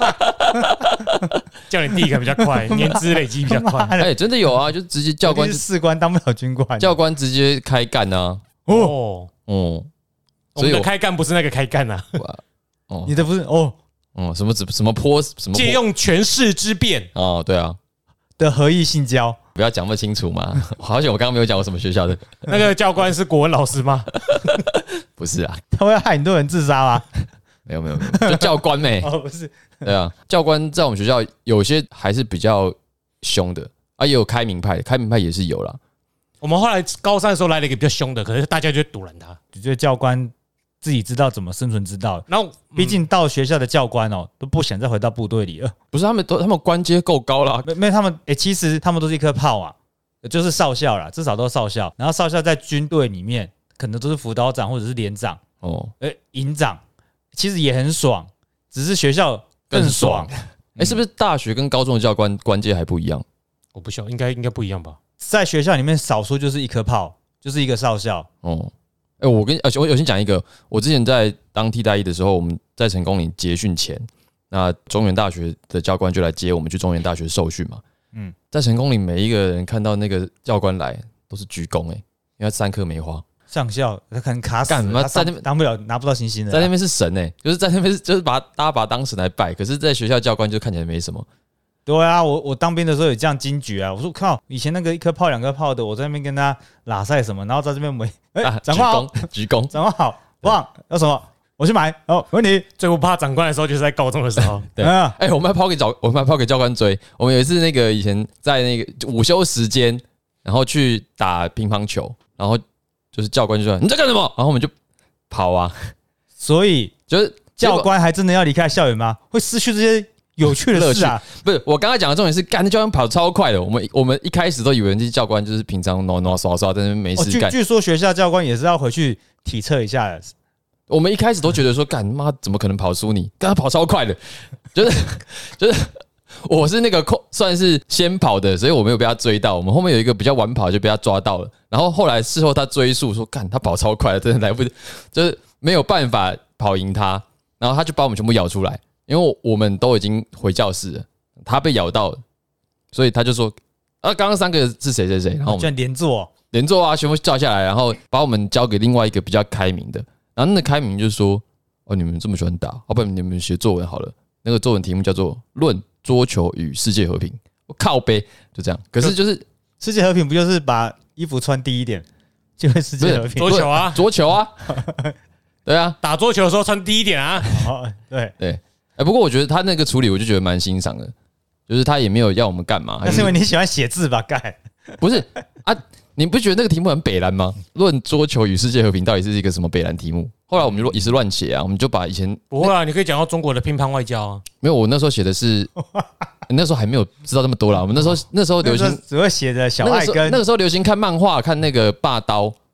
叫你第一个比较快，年资累积比较快。 哎、欸，真的有啊，就直接教官士官当不了军官， 教官直接开干啊！ 哦， 哦， 我们的开干不是那个开干啊， 哦，你的不是哦， 哦，什么什么泼什么借用权势之便哦，对啊的合意性交。 不要讲那么清楚嘛！好险，我刚刚没有讲我什么学校的。 那个教官是国文老师吗？ 不是啊， 他会害很多人自杀吗？ 没有没有没有，就教官没、 欸。哦，不是， 对啊，教官在我们学校有些还是比较凶的啊，也有开明派，开明派也是有啦。 我们后来高三的时候来了一个比较凶的，可是大家就堵拦他， 就觉得教官自己知道怎么生存之道。然后，毕竟到学校的教官哦，都不想再回到部队里了。 不是他们都他们官阶够高啦， 没没他们哎、欸，其实他们都是一颗炮啊，就是少校啦，至少都是少校。然后少校在军队里面可能都是辅导长或者是连长哦，哎营长，其实也很爽，只是学校更爽。哎、 欸，是不是大学跟高中的教官官阶还不一样？ 我不晓得，应该应该不一样吧？ 在学校里面，少说就是一颗炮，就是一个少校哦。 哎、欸，我跟而且我有先讲一个，我之前在当替代役的时候，我们在成功岭结训前，那中原大学的教官就来接我们去中原大学受训嘛。嗯，在成功岭每一个人看到那个教官来都是鞠躬哎、欸，因为三颗梅花。 上校他可能卡死， 干嘛在那边当不了，拿不到星星的。 在那边是神哎、欸，就是在那边就是把大家把他当神来拜，可是在学校教官就看起来没什么。 对啊，我我当兵的时候有这样惊觉啊！我说靠，以前那个一颗炮两颗炮的，我在那边跟他拉赛什么，然后在这边没哎，长官好， 鞠躬， 长官好，棒，要什么我去买哦，没问题。 最不怕长官的时候就是在高中的时候， 对，哎、欸，我们还抛给教，我们还抛给教官追。我们有一次那个以前在那个午休时间，然后去打乒乓球，然后就是教官就说你在干什么？然后我们就跑啊， 所以就是教官还真的要离开校园吗？会失去这些有趣的事啊？ 不是，我刚才讲的重点是，干那教官跑超快的。我们我们一开始都以为这教官就是平常挪挪刷刷在那边没事干、 哦。据说学校教官也是要回去体测一下的。 我们一开始都觉得说，干妈怎么可能跑输你？但他跑超快的，就是就是我是那个算是先跑的，所以我没有被他追到。我们后面有一个比较晚跑就被他抓到了。然后后来事后他追溯说，干他跑超快的，真的来不及，就是没有办法跑赢他。然后他就把我们全部咬出来。因为我们都已经回教室了，他被咬到了，所以他就说：“啊，刚刚三个是谁谁谁？”然后我们就连坐连坐啊，全部叫下来，然后把我们交给另外一个比较开明的。然后那个开明就说：“哦，你们这么喜欢打，要不然你们写作文好了。那个作文题目叫做《论桌球与世界和平》。”我靠杯，就这样。可是就是世界和平不就是把衣服穿低一点，就会世界和平？ 桌球啊， 桌球啊，对啊， 打桌球的时候穿低一点啊。 哦，对对。哎、欸，不过我觉得他那个处理，我就觉得蛮欣赏的，就是他也没有要我们干嘛。 那是因为你喜欢写字吧？干不是啊？你不觉得那个题目很北蓝吗？论桌球与世界和平到底是一个什么北蓝题目？后来我们就也是乱写啊，我们就把以前不会啊，你可以讲到中国的乒乓外交啊。 没有，我那时候写的是，那时候还没有知道那么多啦。我们那时候那时候流行只会写着小爱跟那个时候流行看漫画，看那个霸刀。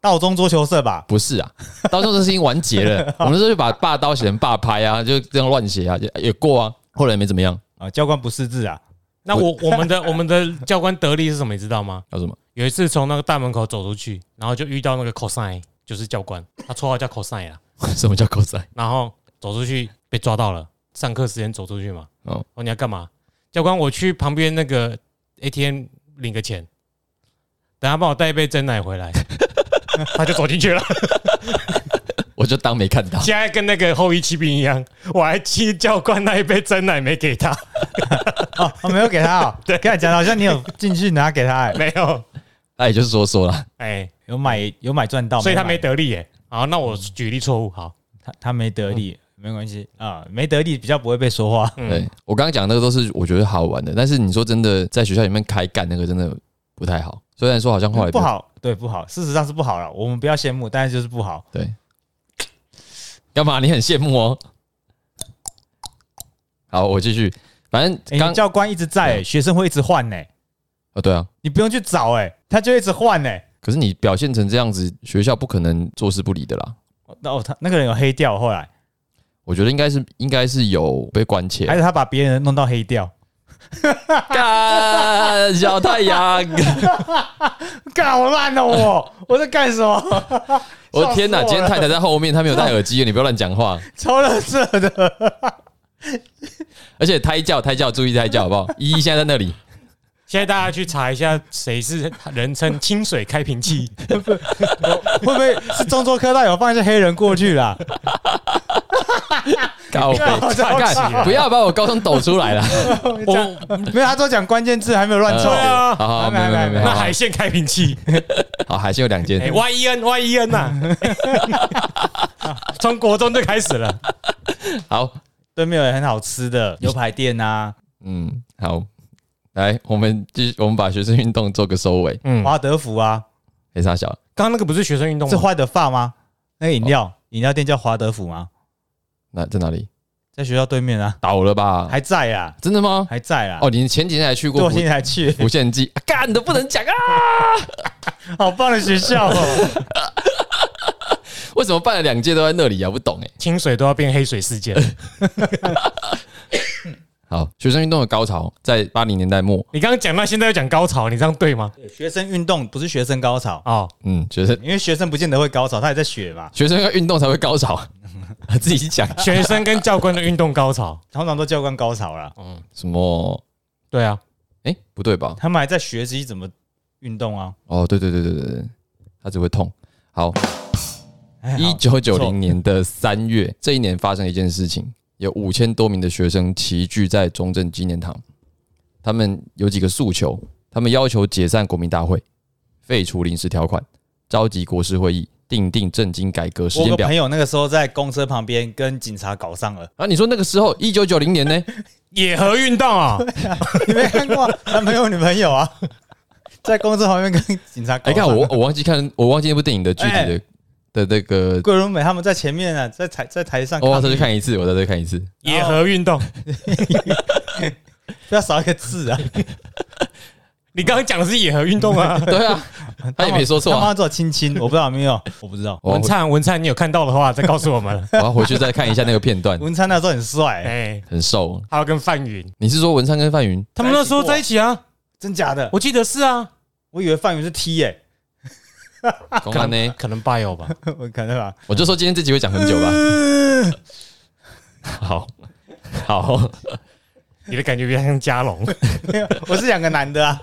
道中桌球社吧？ 不是啊，道中这事情完结了，我们就把霸刀写成霸拍啊，就这样乱写啊，也过啊，后来也没怎么样啊。教官不识字啊。 那我我们的我们的教官得力是什么？你知道吗？ 叫什么？ 有一次从那个大门口走出去，然后就遇到那个 cosine， 就是教官，他绰号叫 cosine 啊。 什么叫 cosine？ 然后走出去被抓到了，上课时间走出去嘛。哦，你要干嘛？教官，我去旁边那个 A T M 领个钱，等他帮我带一杯珍奶回来，他就走进去了。 我就当没看到。 现在跟那个后羿骑兵一样，我还记教官那一杯珍奶没给他。 哦，我没有给他哦。对，跟他讲好像你有进去拿给他， 没有。 那也就是说说了， 哎，有买有买赚到， 所以他没得利耶。好，那我举例错误。好， 他他没得利，没关系啊，没得利比较不会被说话。 对我刚刚讲那个都是我觉得好玩的，但是你说真的在学校里面开干那个真的不太好。虽然说好像后来不好，对不好，事实上是不好了。我们不要羡慕，但是就是不好。 对。干嘛？你很羡慕哦。好，我继续。反正刚、欸、教官一直在、欸，学生会一直换呢、欸。 哦，对啊， 你不用去找哎、欸，他就一直换呢、欸。 可是你表现成这样子，学校不可能坐视不理的啦。 那哦，他那个人有黑掉，后来我觉得应该是应该是有被关切， 还是他把别人弄到黑掉？ 干小太阳， 干好烂哦！我我在干什么？ 我的天哪！今天太太在后面，她没有戴耳机，你不要乱讲话。 超垃圾的， 而且胎教胎教，注意胎教好不好？依依现在在那里。 现在大家去查一下，谁是人称清水开瓶器？ 会不会是中州科大有放一些黑人过去啦？ 高飞，不要把我高中抖出来了。 我没有，他都讲关键字，还没有乱抽啊。好好，没有没有没有。 那海鲜开瓶器， 好，海鲜有两件。 Y E N Y E N 呐，从国中就开始了。 好， 对面有很好吃的牛排店啊。 嗯，好，来，我们继续，我们把学生运动做个收尾。 嗯，华德福啊， 黑沙小， 刚刚那个不是学生运动吗？ 是华德发吗？那个饮料饮料店叫华德福吗？ 那在哪里？ 在学校对面啊， 倒了吧？ 还在啊？ 真的吗？ 还在啊？ 哦，你前几天还去过？ 我前几天还去无限记，干的不能讲啊！ 好棒的学校哦！ 为什么办了两届都在那里啊？不懂哎。 清水都要变黑水事件。 好，学生运动的高潮在八零年代末。 你刚刚讲到现在又讲高潮，你这样对吗？ 学生运动不是学生高潮哦， 嗯，学生因为学生不见得会高潮，他也在学嘛。 学生要运动才会高潮，自己讲。 学生跟教官的运动高潮， 通常都教官高潮啦。 嗯，什么？ 对啊， 哎、欸，不对吧？ 他们还在学习怎么运动啊。 哦，对对对对对对，他只会痛。好，一九九零年的三月，这一年发生了一件事情。有五千多名的学生齐聚在中正纪念堂，他们有几个诉求，他们要求解散国民大会，废除临时条款，召集国是会议，订定政经改革时间表。 我朋友那个时候在公车旁边跟警察搞上了啊！你说那个时候一九九零年呢？ 野河运动啊， 你没看过男朋友女朋友啊，在公车旁边跟警察搞上了。 哎、欸，看我我忘记看，我忘记那部电影的具体的。欸的那个桂纶镁他们在前面啊，在台在台上， 我再去看一次，我再去看一次。 野河运动， 不要少一个字啊！ 你刚刚讲的是野河运动啊？ 对啊，他也没说错、啊。 他妈做亲亲，我不知道有没有，我不知道。 文灿文灿，你有看到的话，再告诉我们。 我要回去再看一下那个片段。 文灿那时候很帅、欸， 哎， 很瘦。 还有跟范云， 你是说文灿跟范云他们那时候在一起啊？ 真假的？ 我记得是啊， 我以为范云是 T 耶、欸。 可能呢， 可能 bio 吧， 我可能吧。 我就说今天这集会讲很久吧。好，好， 你的感觉比较像嘉龙。 我是两个男的啊。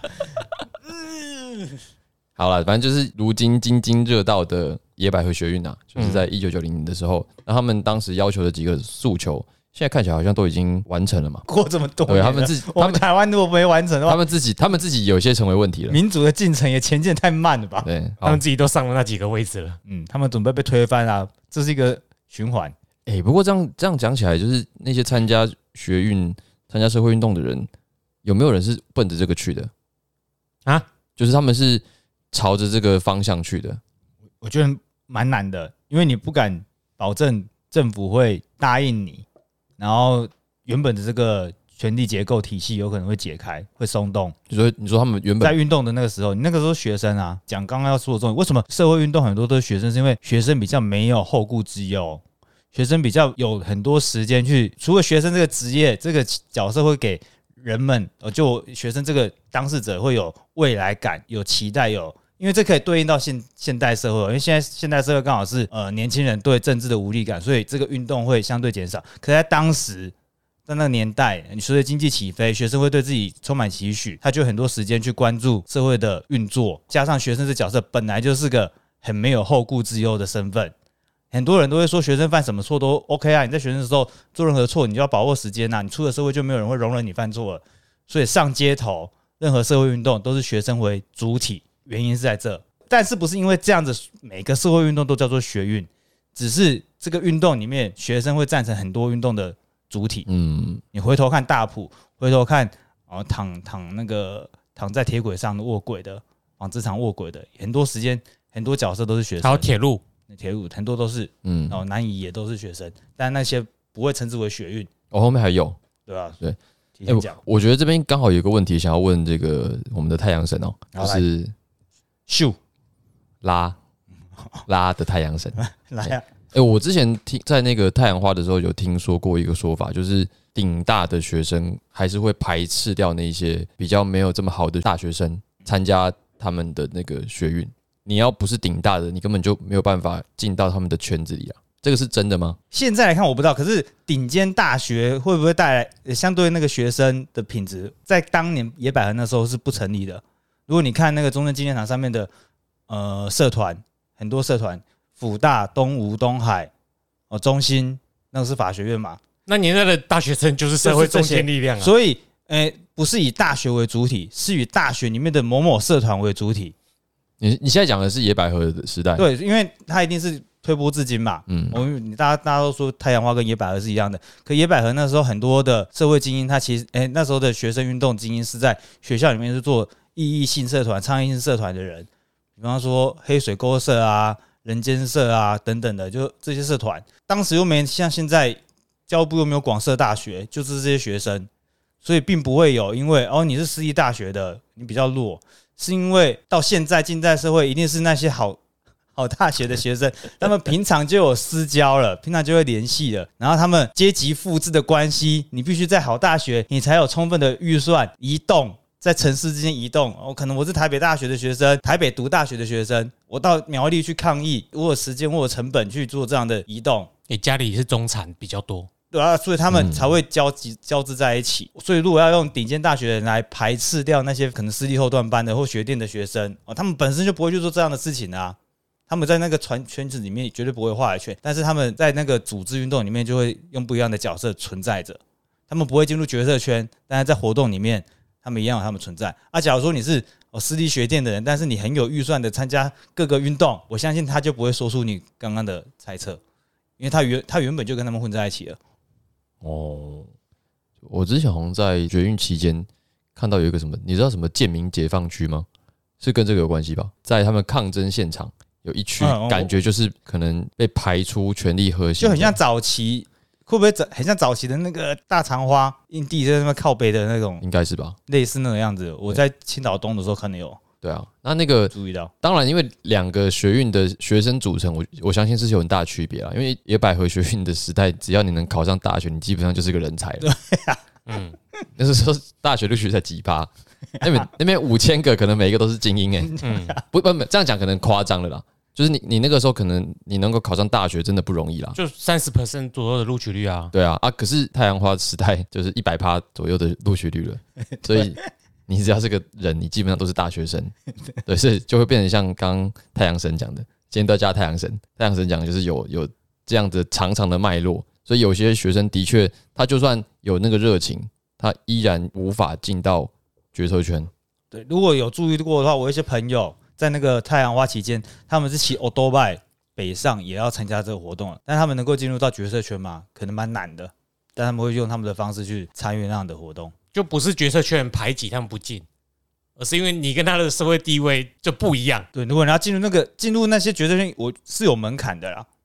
好了，反正就是如今津津乐道的野百合学运啊，就是在一九九零年的时候，那他们当时要求的几个诉求。现在看起来好像都已经完成了嘛？ 过这么多年， 对他们自己， 我们台湾如果没完成的话， 他们自己，他们自己有些成为问题了。 民主的进程也前进太慢了吧？ 对， 他们自己都上了那几个位置了。 嗯，他们准备被推翻啊，这是一个循环。 哎、欸，不过这样这样讲起来，就是那些参加学运、参加社会运动的人，有没有人是奔着这个去的啊？ 就是他们是朝着这个方向去的。 我觉得蛮难的，因为你不敢保证政府会答应你，然后。原本的这个权力结构体系有可能会解开，会松动。 你说，你说他们原本在运动的那个时候，你那个时候学生啊，讲刚刚要说的重点，为什么社会运动很多都是学生？是因为学生比较没有后顾之忧，学生比较有很多时间去，除了学生这个职业这个角色会给人们，就学生这个当事者会有未来感、有期待、有。因为这可以对应到现现代社会，因为现在现代社会刚好是呃年轻人对政治的无力感，所以这个运动会相对减少。可在当时，在那个年代，你随着经济起飞，学生会对自己充满期许，他就有很多时间去关注社会的运作。加上学生这角色本来就是个很没有后顾之忧的身份，很多人都会说学生犯什么错都 OK 啊，你在学生的时候做任何错，你就要把握时间啊，你出了社会就没有人会容忍你犯错了。所以上街头，任何社会运动都是学生为主体。原因是在这，但是不是因为这样子每个社会运动都叫做学运，只是这个运动里面学生会占成很多运动的主体。嗯，你回头看大埔，回头看哦躺躺那个躺在铁轨上的卧轨的，纺织厂卧轨的，很多时间很多角色都是学生。 还有铁路， 铁路很多都是，嗯，然后南移也都是学生，但那些不会称之为学运。 哦，后面还有， 对吧？ 对。 提前讲、 欸，我觉得这边刚好有一个问题想要问这个我们的太阳神哦，就是秀拉拉的太阳神来啊！ 哎、欸，我之前听在那个太阳花的时候有听说过一个说法，就是顶大的学生还是会排斥掉那些比较没有这么好的大学生参加他们的那个学运。你要不是顶大的，你根本就没有办法进到他们的圈子里啊。这个是真的吗？ 现在来看我不知道，可是顶尖大学会不会带来相对那个学生的品质，在当年野百合那时候是不成立的。如果你看那个中正纪念堂上面的呃社团，很多社团，辅大、东吴、东海、哦中兴，那个是法学院嘛。 那年代的大学生就是社会中坚力量啊。 所以，呃，不是以大学为主体，是以大学里面的某某社团为主体。 你你现在讲的是野百合的时代， 对，因为它一定是推波至今嘛。嗯，我们大家大家都说太阳花跟野百合是一样的，可野百合那时候很多的社会精英，他其实，哎、欸，那时候的学生运动精英是在学校里面是做意义性社团、倡议性社团的人，比方说黑水沟社啊、人间社啊等等的，就这些社团，当时又没像现在教育部又没有广设大学，就是这些学生，所以并不会有因为哦你是私立大学的，你比较弱。是因为到现在近代社会一定是那些好好大学的学生，他们平常就有私交了，平常就会联系了，然后他们阶级复制的关系，你必须在好大学，你才有充分的预算移动，在城市之间移动。我、哦、可能我是台北大学的学生，台北读大学的学生，我到苗栗去抗议，我有时间，我有成本去做这样的移动。 你、欸、家里是中产比较多。 对啊，所以他们才会交集交织在一起。所以如果要用顶尖大学的人来排斥掉那些可能私立后段班的或学店的学生，哦，他们本身就不会去做这样的事情啊。他们在那个传圈子里面绝对不会画来圈，但是他们在那个组织运动里面就会用不一样的角色存在着。他们不会进入决策圈，但是在活动里面，他们一样有他们存在。啊，假如说你是哦私立学店的人，但是你很有预算的参加各个运动，我相信他就不会说出你刚刚的猜测，因为他原他原本就跟他们混在一起了。 哦，我之前好像在学运期间看到有一个什么，你知道什么建民解放区吗？是跟这个有关系吧？在他们抗争现场有一区，感觉就是可能被排出权力核心， 就很像早期，会不会很像早期的那个大长花印地在那边靠北的那种？ 应该是吧， 类似那种样子。我在青岛东的时候可能有。 对啊，那那个注意到， 当然，因为两个学运的学生组成，我我相信是有很大的区别啦。因为野百合学运的时代，只要你能考上大学，你基本上就是个人才了。 对啊， 嗯，那时候大学录取才几趴，那边那边五千个，可能每一个都是精英哎、欸。嗯，不不不，这样讲可能夸张了啦。就是你你那个时候可能你能够考上大学，真的不容易啦。 就三十 percent 左右的录取率啊。 对啊啊，可是太阳花时代就是一百趴左右的录取率了，所以。你只要是个人，你基本上都是大学生，对，所以就会变成像刚刚太阳神讲的，今天都要加太阳神。太阳神讲的就是有有这样的长长的脉络，所以有些学生的确，他就算有那个热情，他依然无法进到决策圈。 对，如果有注意过的话，我有一些朋友在那个太阳花期间，他们是骑 欧多拜北上，也要参加这个活动，但他们能够进入到决策圈吗？可能蛮难的，但他们会用他们的方式去参与那样的活动。 就不是决策圈排挤他们不进，而是因为你跟他的社会地位就不一样。 对，如果你要进入那个进入那些决策圈，我是有门槛的啦。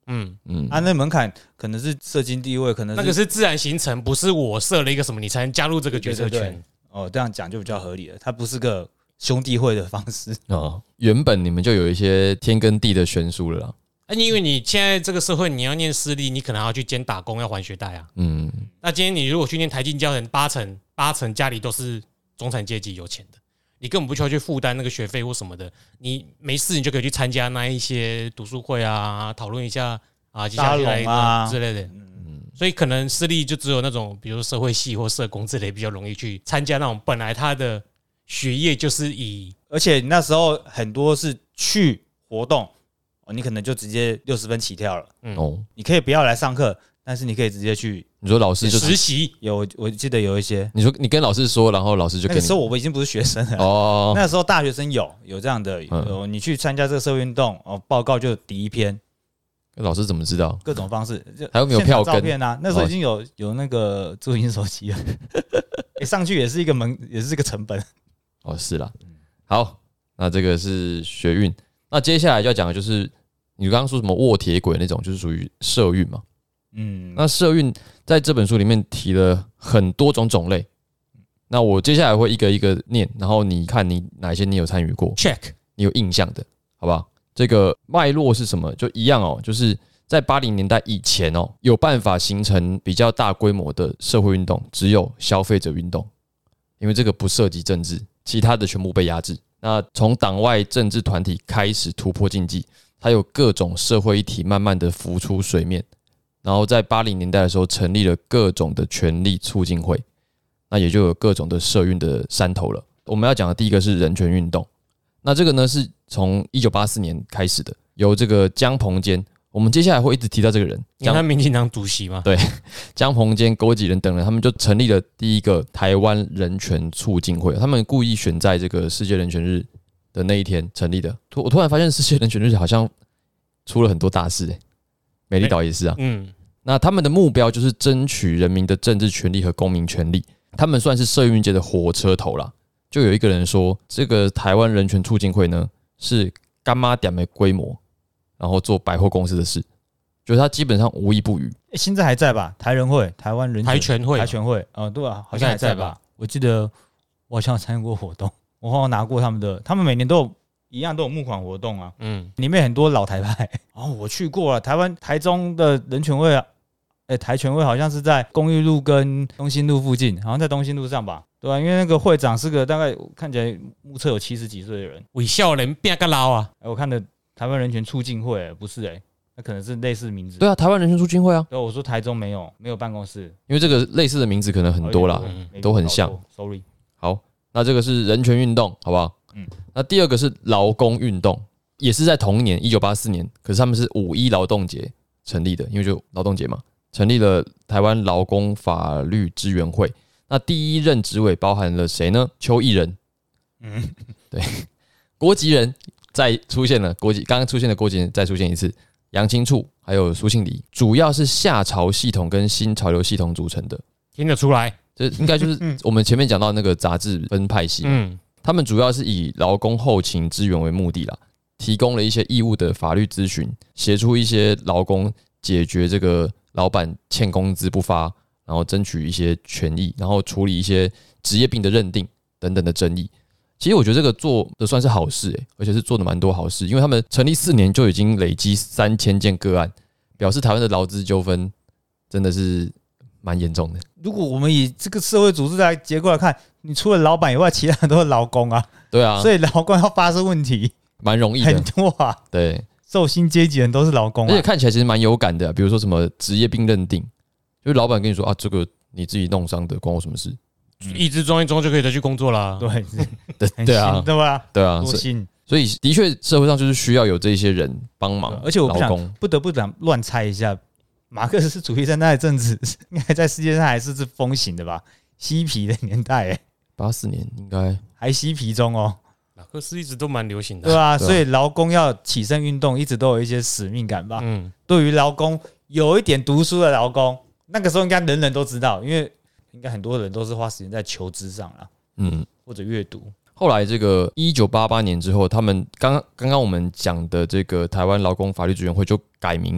嗯嗯，啊，那门槛可能是社经地位，可能是那个是自然形成，不是我设了一个什么你才能加入这个决策权。对对对哦，这样讲就比较合理了，它不是个兄弟会的方式哦。原本你们就有一些天跟地的悬殊了啦。 啊，因为你现在这个社会，你要念私立，你可能还要去兼打工，要还学贷啊。嗯，那今天你如果去念台清交，人八成八成家里都是中产阶级有钱的，你根本不需要去负担那个学费或什么的。你没事，你就可以去参加那一些读书会啊，讨论一下啊，接下来啊之类的。嗯，所以可能私立就只有那种，比如说社会系或社工之类，比较容易去参加那种本来他的学业就是以， 而且那时候很多是去活动。你可能就直接六十分起跳了。哦，你可以不要来上课，但是你可以直接去。 你说老师就实习有，我记得有一些。 你说你跟老师说，然后老师就跟你。 那时候我已经不是学生了。哦，那时候大学生有有这样的，有你去参加这个社会运动，哦，报告就第一篇。 老师怎么知道？ 各种方式， 还有没有票根？ 照片啊，那时候已经有有那个智慧型手机了。你上去也是一个门，也是一个成本。 哦，是啦。好，那这个是学运。那接下来就要讲的就是你刚刚说什么握铁轨那种，就是属于社运嘛。嗯，那社运在这本书里面提了很多种种类。那我接下来会一个一个念，然后你看你哪些你有参与过 ，check， 你有印象的，好不好？这个脉络是什么？就一样哦，就是在八零年代以前哦，有办法形成比较大规模的社会运动，只有消费者运动，因为这个不涉及政治，其他的全部被压制。那从党外政治团体开始突破禁忌，它有各种社会议题慢慢的浮出水面，然后在八零年代的时候成立了各种的权利促进会，那也就有各种的社运的山头了。我们要讲的第一个是人权运动，那这个呢是从一九八四年开始的，由这个江鹏坚，我们接下来会一直提到这个人， 因为他民进党主席嘛， 对，江鹏坚、郭吉仁等人，他们就成立了第一个台湾人权促进会，他们故意选在这个世界人权日的那一天成立的。我突然发现世界人权日好像出了很多大事、欸，美丽岛也是啊，嗯，那他们的目标就是争取人民的政治权利和公民权利，他们算是社运界的火车头啦。就有一个人说，这个台湾人权促进会呢是干妈点的规模，然后做百货公司的事，就是他基本上无一不语。 欸、现在还在吧？台人会、台湾人台全会、 台全会，哦，对啊，好像还在吧？我记得我好像参与过活动，我好像拿过他们的，他们每年都有一样都有募款活动啊，嗯，里面很多老台派。哦，我去过了，台湾台中的人权会啊，哎、欸，台全会好像是在公寓路跟东兴路附近，好像在东兴路上吧。对啊，因为那个会长是个大概看起来目测有七十几岁的人， 伪笑人变个老啊！ 哎、欸，我看的台湾人权促进会、欸、不是哎、欸，那可能是类似名字。 对啊，台湾人权促进会啊。 对，我说台中没有没有办公室， 因为这个类似的名字可能很多啦，嗯、都很像。 Sorry。 好，那这个是人权运动，好不好？嗯。那第二个是劳工运动，也是在同一年一九八四年，可是他们是五一劳动节成立的，因为就劳动节嘛，成立了台湾劳工法律支援会。那第一任执委包含了谁呢？邱义仁，嗯，对，郭吉仁再出现了，郭吉刚刚出现的郭吉仁再出现一次，杨清处还有苏庆黎，主要是夏潮系统跟新潮流系统组成的， 听得出来， 这应该就是我们前面讲到那个杂志分派系，嗯，他们主要是以劳工后勤支援为目的啦，提供了一些义务的法律咨询，协助一些劳工解决这个老板欠工资不发。然后争取一些权益，然后处理一些职业病的认定等等的争议。其实我觉得这个做的算是好事、欸，而且是做的蛮多好事，因为他们成立四年就已经累积三千件个案，表示台湾的劳资纠纷真的是蛮严重的。 如果我们以这个社会组织来结构来看，你除了老板以外，其他人都是劳工啊。 对啊， 所以劳工要发生问题， 蛮容易的， 很多啊。 对， 受薪阶级人都是劳工、啊， 而且看起来其实蛮有感的、啊。比如说什么职业病认定。就是老板跟你说啊，这个你自己弄伤的，关我什么事？ 一支装一装就可以再去工作啦。 对， 对对啊， 对吧？ 对啊， 多心。 所以的确，社会上就是需要有这些人帮忙。 而且我不想不得不讲乱猜一下，马克思主义在那一阵子，应该在世界上还是是风行的吧？嬉皮的年代、欸， 八四年应该还嬉皮中哦。 马克思一直都蛮流行的， 对啊，所以劳工要起身运动，一直都有一些使命感吧。嗯，对于劳工有一点读书的劳工。那个时候应该人人都知道，因为应该很多人都是花时间在求知上啦，嗯，或者阅读。 后来这个一九八八年之后，他们刚刚刚我们讲的这个台湾劳工法律支援会就改名字，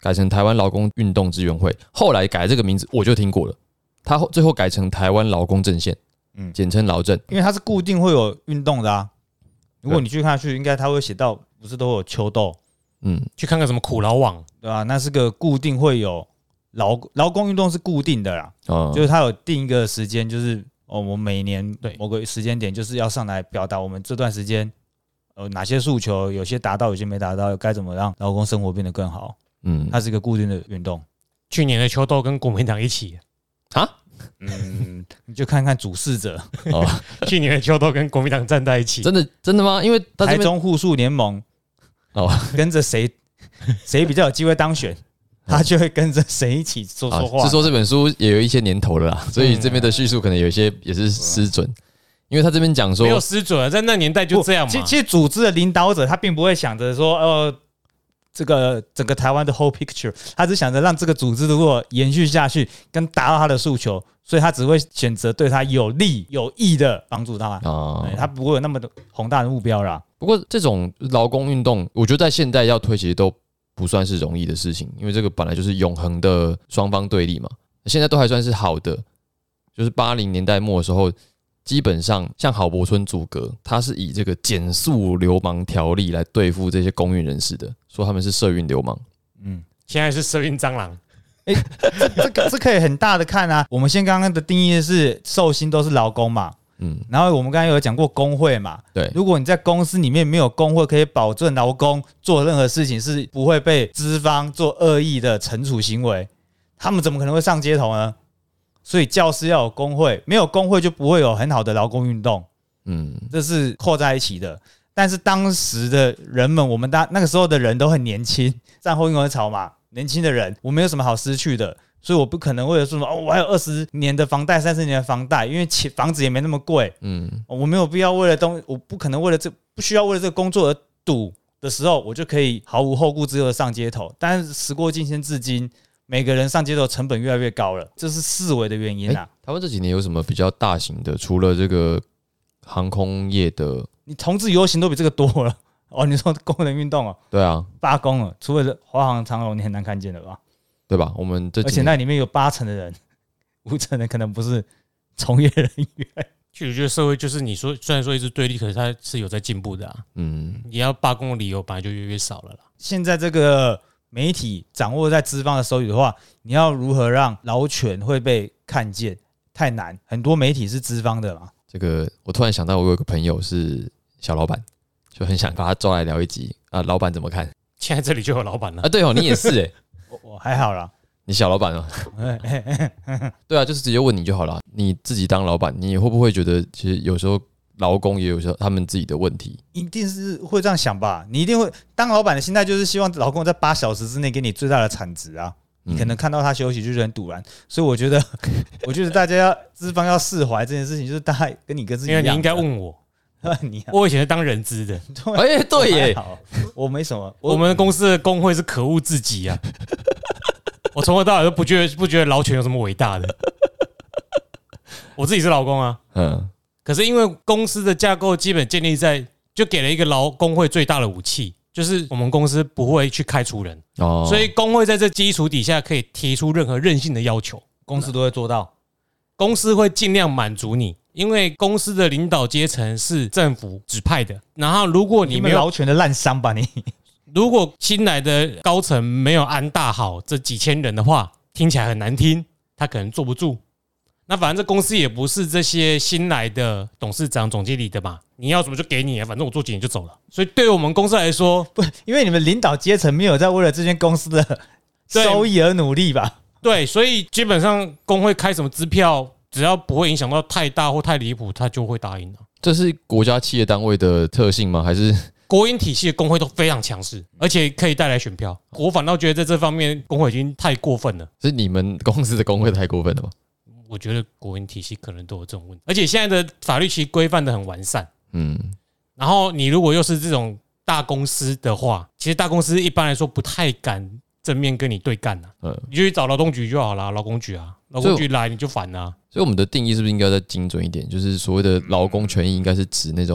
改成台湾劳工运动支援会，后来改这个名字我就听过了，他最后改成台湾劳工阵线，嗯，简称劳阵， 因为它是固定会有运动的啊。如果你去看去，应该它会写到，不是都有秋斗， 嗯，去看看什么苦劳网， 对吧、啊？那是个固定会有劳劳工运动是固定的啦，哦、就是它有定一个时间，就是哦，我们每年某个时间点就是要上来表达我们这段时间呃哪些诉求，有些达到，有些没达到，该怎么让劳工生活变得更好。嗯，它是一个固定的运动。 去年的秋斗跟国民党一起啊？ 嗯，你就看看主事者哦。去年的秋斗跟国民党站在一起， 真的真的吗？因为台中互助联盟哦，跟着谁谁比较有机会当选，他就会跟着谁一起说说话。 是说这本书也有一些年头了啦，所以这边的叙述可能有一些也是失准。因为他这边讲说没有失准啊，在那年代就这样嘛。 其实组织的领导者他并不会想着说，呃。这个整个台湾的 whole picture， 他只想着让这个组织如果延续下去，跟达到他的诉求，所以他只会选择对他有利有益的帮助他，哦、他不会有那么宏大的目标啦。 不过这种劳工运动，我觉得在现代要推，其实都不算是容易的事情，因为这个本来就是永恒的双方对立嘛。现在都还算是好的，就是八零年代末的时候。基本上像郝柏村组阁，他是以这个减速流氓条例来对付这些公运人士的，说他们是社运流氓。 嗯，现在是社运蟑螂。 哎、欸，这个这可以很大的看啊。我们先刚刚的定义是受薪都是劳工嘛，嗯，然后我们刚刚有讲过工会嘛， 对， 如果你在公司里面没有工会可以保证劳工做任何事情是不会被资方做恶意的惩处行为，他们怎么可能会上街头呢？所以教师要有工会，没有工会就不会有很好的劳工运动，嗯，这是扣在一起的。但是当时的人们，我们当那个时候的人都很年轻，战后婴儿潮嘛，年轻的人我没有什么好失去的，所以我不可能为了说什么哦，我还有二十年的房贷、三十年的房贷，因为房子也没那么贵，嗯，我没有必要为了东，我不可能为了这不需要为了这个工作而赌的时候，我就可以毫无后顾之忧的上街头。但是时过境迁至今。每个人上街头成本越来越高了，这是四维的原因啊。 台湾这几年有什么比较大型的？除了这个航空业的， 你同志游行都比这个多了哦。你说工人运动哦， 对啊， 罢工了，除了华航、长荣，你很难看见的吧？ 对吧？我们这而且那里面有八成的人，五成的可能不是从业人员。 其实我觉得社会就是你说，虽然说一直对立，可是它是有在进步的啊。嗯，你要罢工的理由本来就越来越少了啦。 现在这个。媒体掌握在资方的手里的话，你要如何让劳权会被看见？太难，很多媒体是资方的嘛。 这个我突然想到，我有个朋友是小老板，就很想把他抓来聊一集啊。老板怎么看？ 现在这里就有老板了啊。对哦，你也是哎、欸， 我我还好啦。 你小老板哦。对啊，就是直接问你就好了。你自己当老板，你会不会觉得其实有时候？劳工也有时候他们自己的问题， 一定是会这样想吧？你一定会当老板的心态就是希望劳工在八小时之内给你最大的产值啊！你可能看到他休息就觉得很堵然，所以我觉得，我觉得大家要资方要释怀这件事情，就是大家跟你跟自己一样。 因为你应该问我， 你我以前是当人资的， 哎、欸，对耶， 我没什么， 我们公司的工会是可恶至极啊！我从头到尾都不觉得不觉得劳权有什么伟大的，我自己是劳工啊，嗯。可是因为公司的架构基本建立在，就给了一个劳工会最大的武器，就是我们公司不会去开除人，哦，所以工会在这基础底下可以提出任何任性的要求， 公司都会做到， 公司会尽量满足你，因为公司的领导阶层是政府指派的，然后如果你没有劳权的烂商吧你， 如果新来的高层没有安大好这几千人的话，听起来很难听，他可能坐不住。那反正这公司也不是这些新来的董事长、总经理的嘛，你要什么就给你，反正我做几年就走了。所以对于我们公司来说， 不，因为你们领导阶层没有在为了这间公司的收益而努力吧？ 对，所以基本上工会开什么支票，只要不会影响到太大或太离谱，他就会答应了。 这是国家企业单位的特性吗？还是国营体系的工会都非常强势，而且可以带来选票？我反倒觉得在这方面工会已经太过分了。 是你们公司的工会太过分了吗？ 我觉得国营体系可能都有这种问题，而且现在的法律其实规范的很完善，嗯，然后你如果又是这种大公司的话，其实大公司一般来说不太敢正面跟你对干呐，嗯，你就去找劳动局就好啦，劳工局啊，劳工局来你就烦啊。 所以我们的定义是不是应该再精准一点？就是所谓的劳工权益，应该是指那种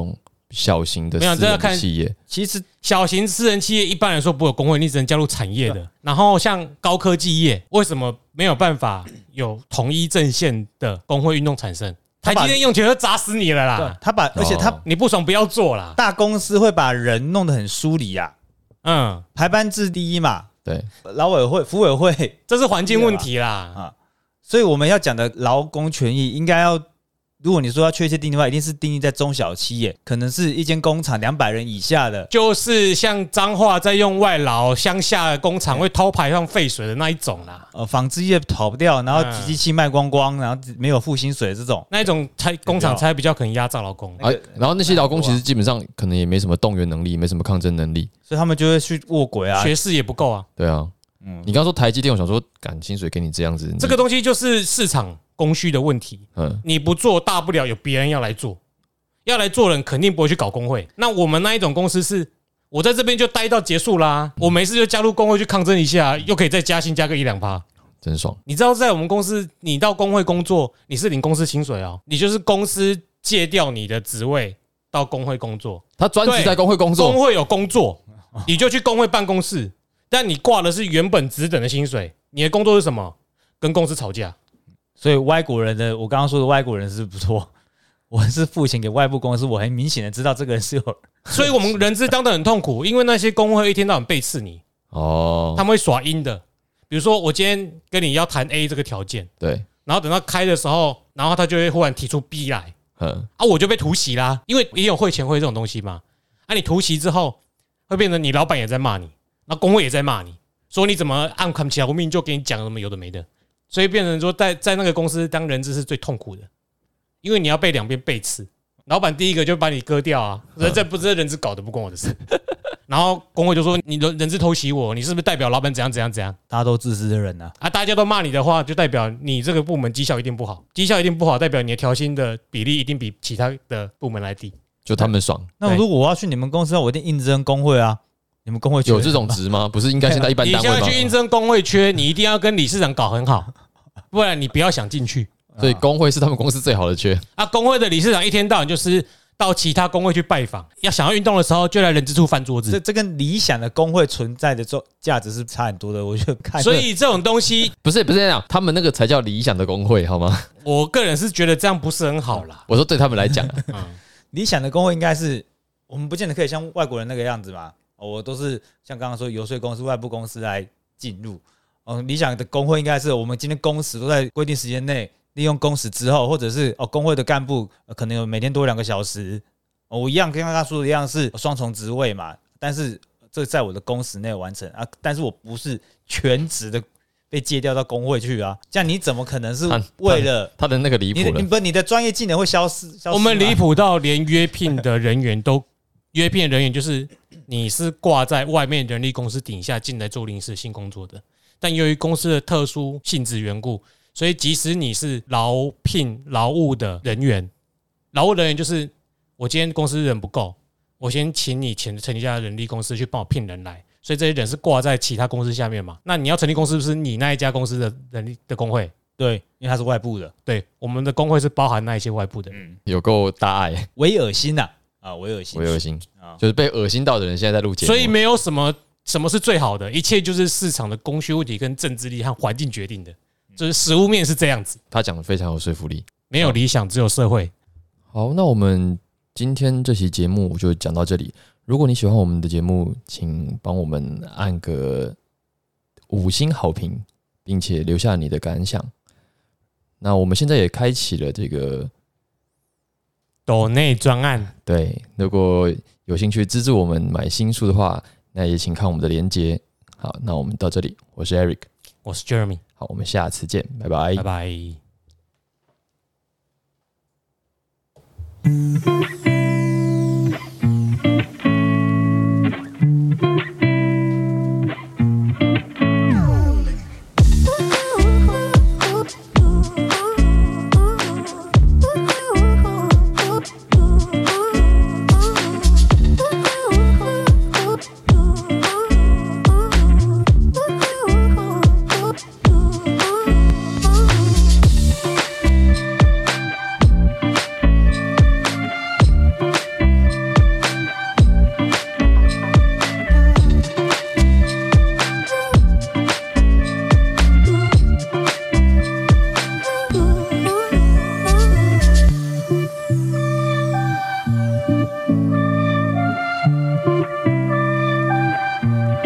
小型的私人的企业， 其实小型私人企业一般来说不会有工会，你只能加入产业的。然后像高科技业，为什么没有办法有统一阵线的工会运动产生？台积电用钱就砸死你了啦！ 他把，而且他你不爽不要做啦。 大公司会把人弄得很疏离啊，嗯，排班制第一嘛， 对， 劳委会、福委会， 这是环境问题啦啊。所以我们要讲的劳工权益，应该要，如果你说要确切定义的话，一定是定义在中小企业，可能是一间工厂两百人以下的， 就是像彰化在用外劳，乡下的工厂会偷排放废水的那一种啦。 呃，纺织业跑不掉，然后机器卖光光，然后没有付薪水这种， 那一种才工厂才比较可能压榨劳工。 啊，然后那些劳工其实基本上可能也没什么动员能力，没什么抗争能力， 所以他们就会去卧轨啊， 学识也不够啊。 对啊，嗯，你刚刚说台积电，我想说，赶薪水给你这样子， 这个东西就是市场供需的问题。嗯，你不做，大不了有别人要来做，要来做人肯定不会去搞工会。那我们那一种公司是，我在这边就待到结束啦，我没事就加入工会去抗争一下，又可以再加薪加个一两趴。 真爽！ 你知道，在我们公司，你到工会工作，你是领公司薪水哦，你就是公司借调你的职位到工会工作， 他专职在工会工作， 工会有工作，你就去工会办公室，但你挂的是原本职等的薪水，你的工作是什么？跟公司吵架。 所以外国人的，我刚刚说的外国人是不错，我是付钱给外部公司，我很明显的知道这个人是有， 所以我们人资当得很痛苦，因为那些工会一天到晚背刺你，哦，他们会耍阴的。比如说，我今天跟你要谈 A 这个条件， 对， 然后等到开的时候，然后他就会忽然提出 B 来，嗯，啊，我就被突袭啦，因为也有会前会这种东西嘛，啊，你突袭之后，会变成你老板也在骂你，那工会也在骂你，说你怎么按看起来，我明明就给你讲什么有的没的，所以变成说在在那个公司当人资是最痛苦的，因为你要被两边背刺，老板第一个就把你割掉啊，这不是人资搞的，不关我的事。然后工会就说你人资偷袭我，你是不是代表老板怎样怎样怎样？ 大家都自私的人啊！ 啊，大家都骂你的话，就代表你这个部门绩效一定不好，绩效一定不好，代表你的调薪的比例一定比其他的部门来低。 就他们爽。 那如果我要去你们公司，我一定应征工会啊！你们工会有这种职吗？不是应该现在一般单位吗？ 你现在去应征工会缺，你一定要跟理事长搞很好，不然你不要想进去。 所以工会是他们公司最好的缺啊！工会的理事长一天到晚就是到其他工会去拜访，要想要运动的时候，就来人资处翻桌子。 这这跟理想的工会存在的价值是差很多的，我觉得看。 所以这种东西不是不是这样，他们那个才叫理想的工会，好吗？ 我个人是觉得这样不是很好啦。 我说对他们来讲、啊嗯，理想的工会应该是我们不见得可以像外国人那个样子嘛。我都是像刚刚说游说公司、外部公司来进入。嗯，理想的工会应该是我们今天工时都在规定时间内。利用工时之后，或者是哦工会的干部、呃、可能有每天多两个小时、哦，我一样跟刚刚说的一样是双重职位嘛，但是这在我的工时内完成啊，但是我不是全职的被借调到工会去啊，这样你怎么可能是为了他, 他的那个离谱了？ 你不，你的专业技能会消失。消失我们离谱到连约聘的人员都约聘的人员就是你是挂在外面人力公司底下进来做临时性工作的，但由于公司的特殊性质缘故。所以，即使你是劳聘劳务的人员，劳务人员就是我今天公司人不够，我先请你前成立一家人力公司去帮我聘人来，所以这些人是挂在其他公司下面嘛？那你要成立公司，是不是你那一家公司的人力的工会？ 对，因为它是外部的。 对，我们的工会是包含那一些外部的。 嗯，有够大爱， 微恶心呐！啊，微恶心， 微恶心啊，就是被恶心到的人现在在录节目。 所以没有什么什么是最好的，一切就是市场的供需问题跟政治力和环境决定的。就是实务面是这样子， 他讲的非常有说服力。 没有理想，只有社会。 好，那我们今天这期节目就讲到这里。如果你喜欢我们的节目，请帮我们按个五星好评，并且留下你的感想。那我们现在也开启了这个抖内专案， 对，如果有兴趣资助我们买新书的话，那也请看我们的连结。好，那我们到这里，我是 Eric， 我是 Jeremy。 好，我们下次见，拜拜， 拜拜。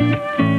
拜。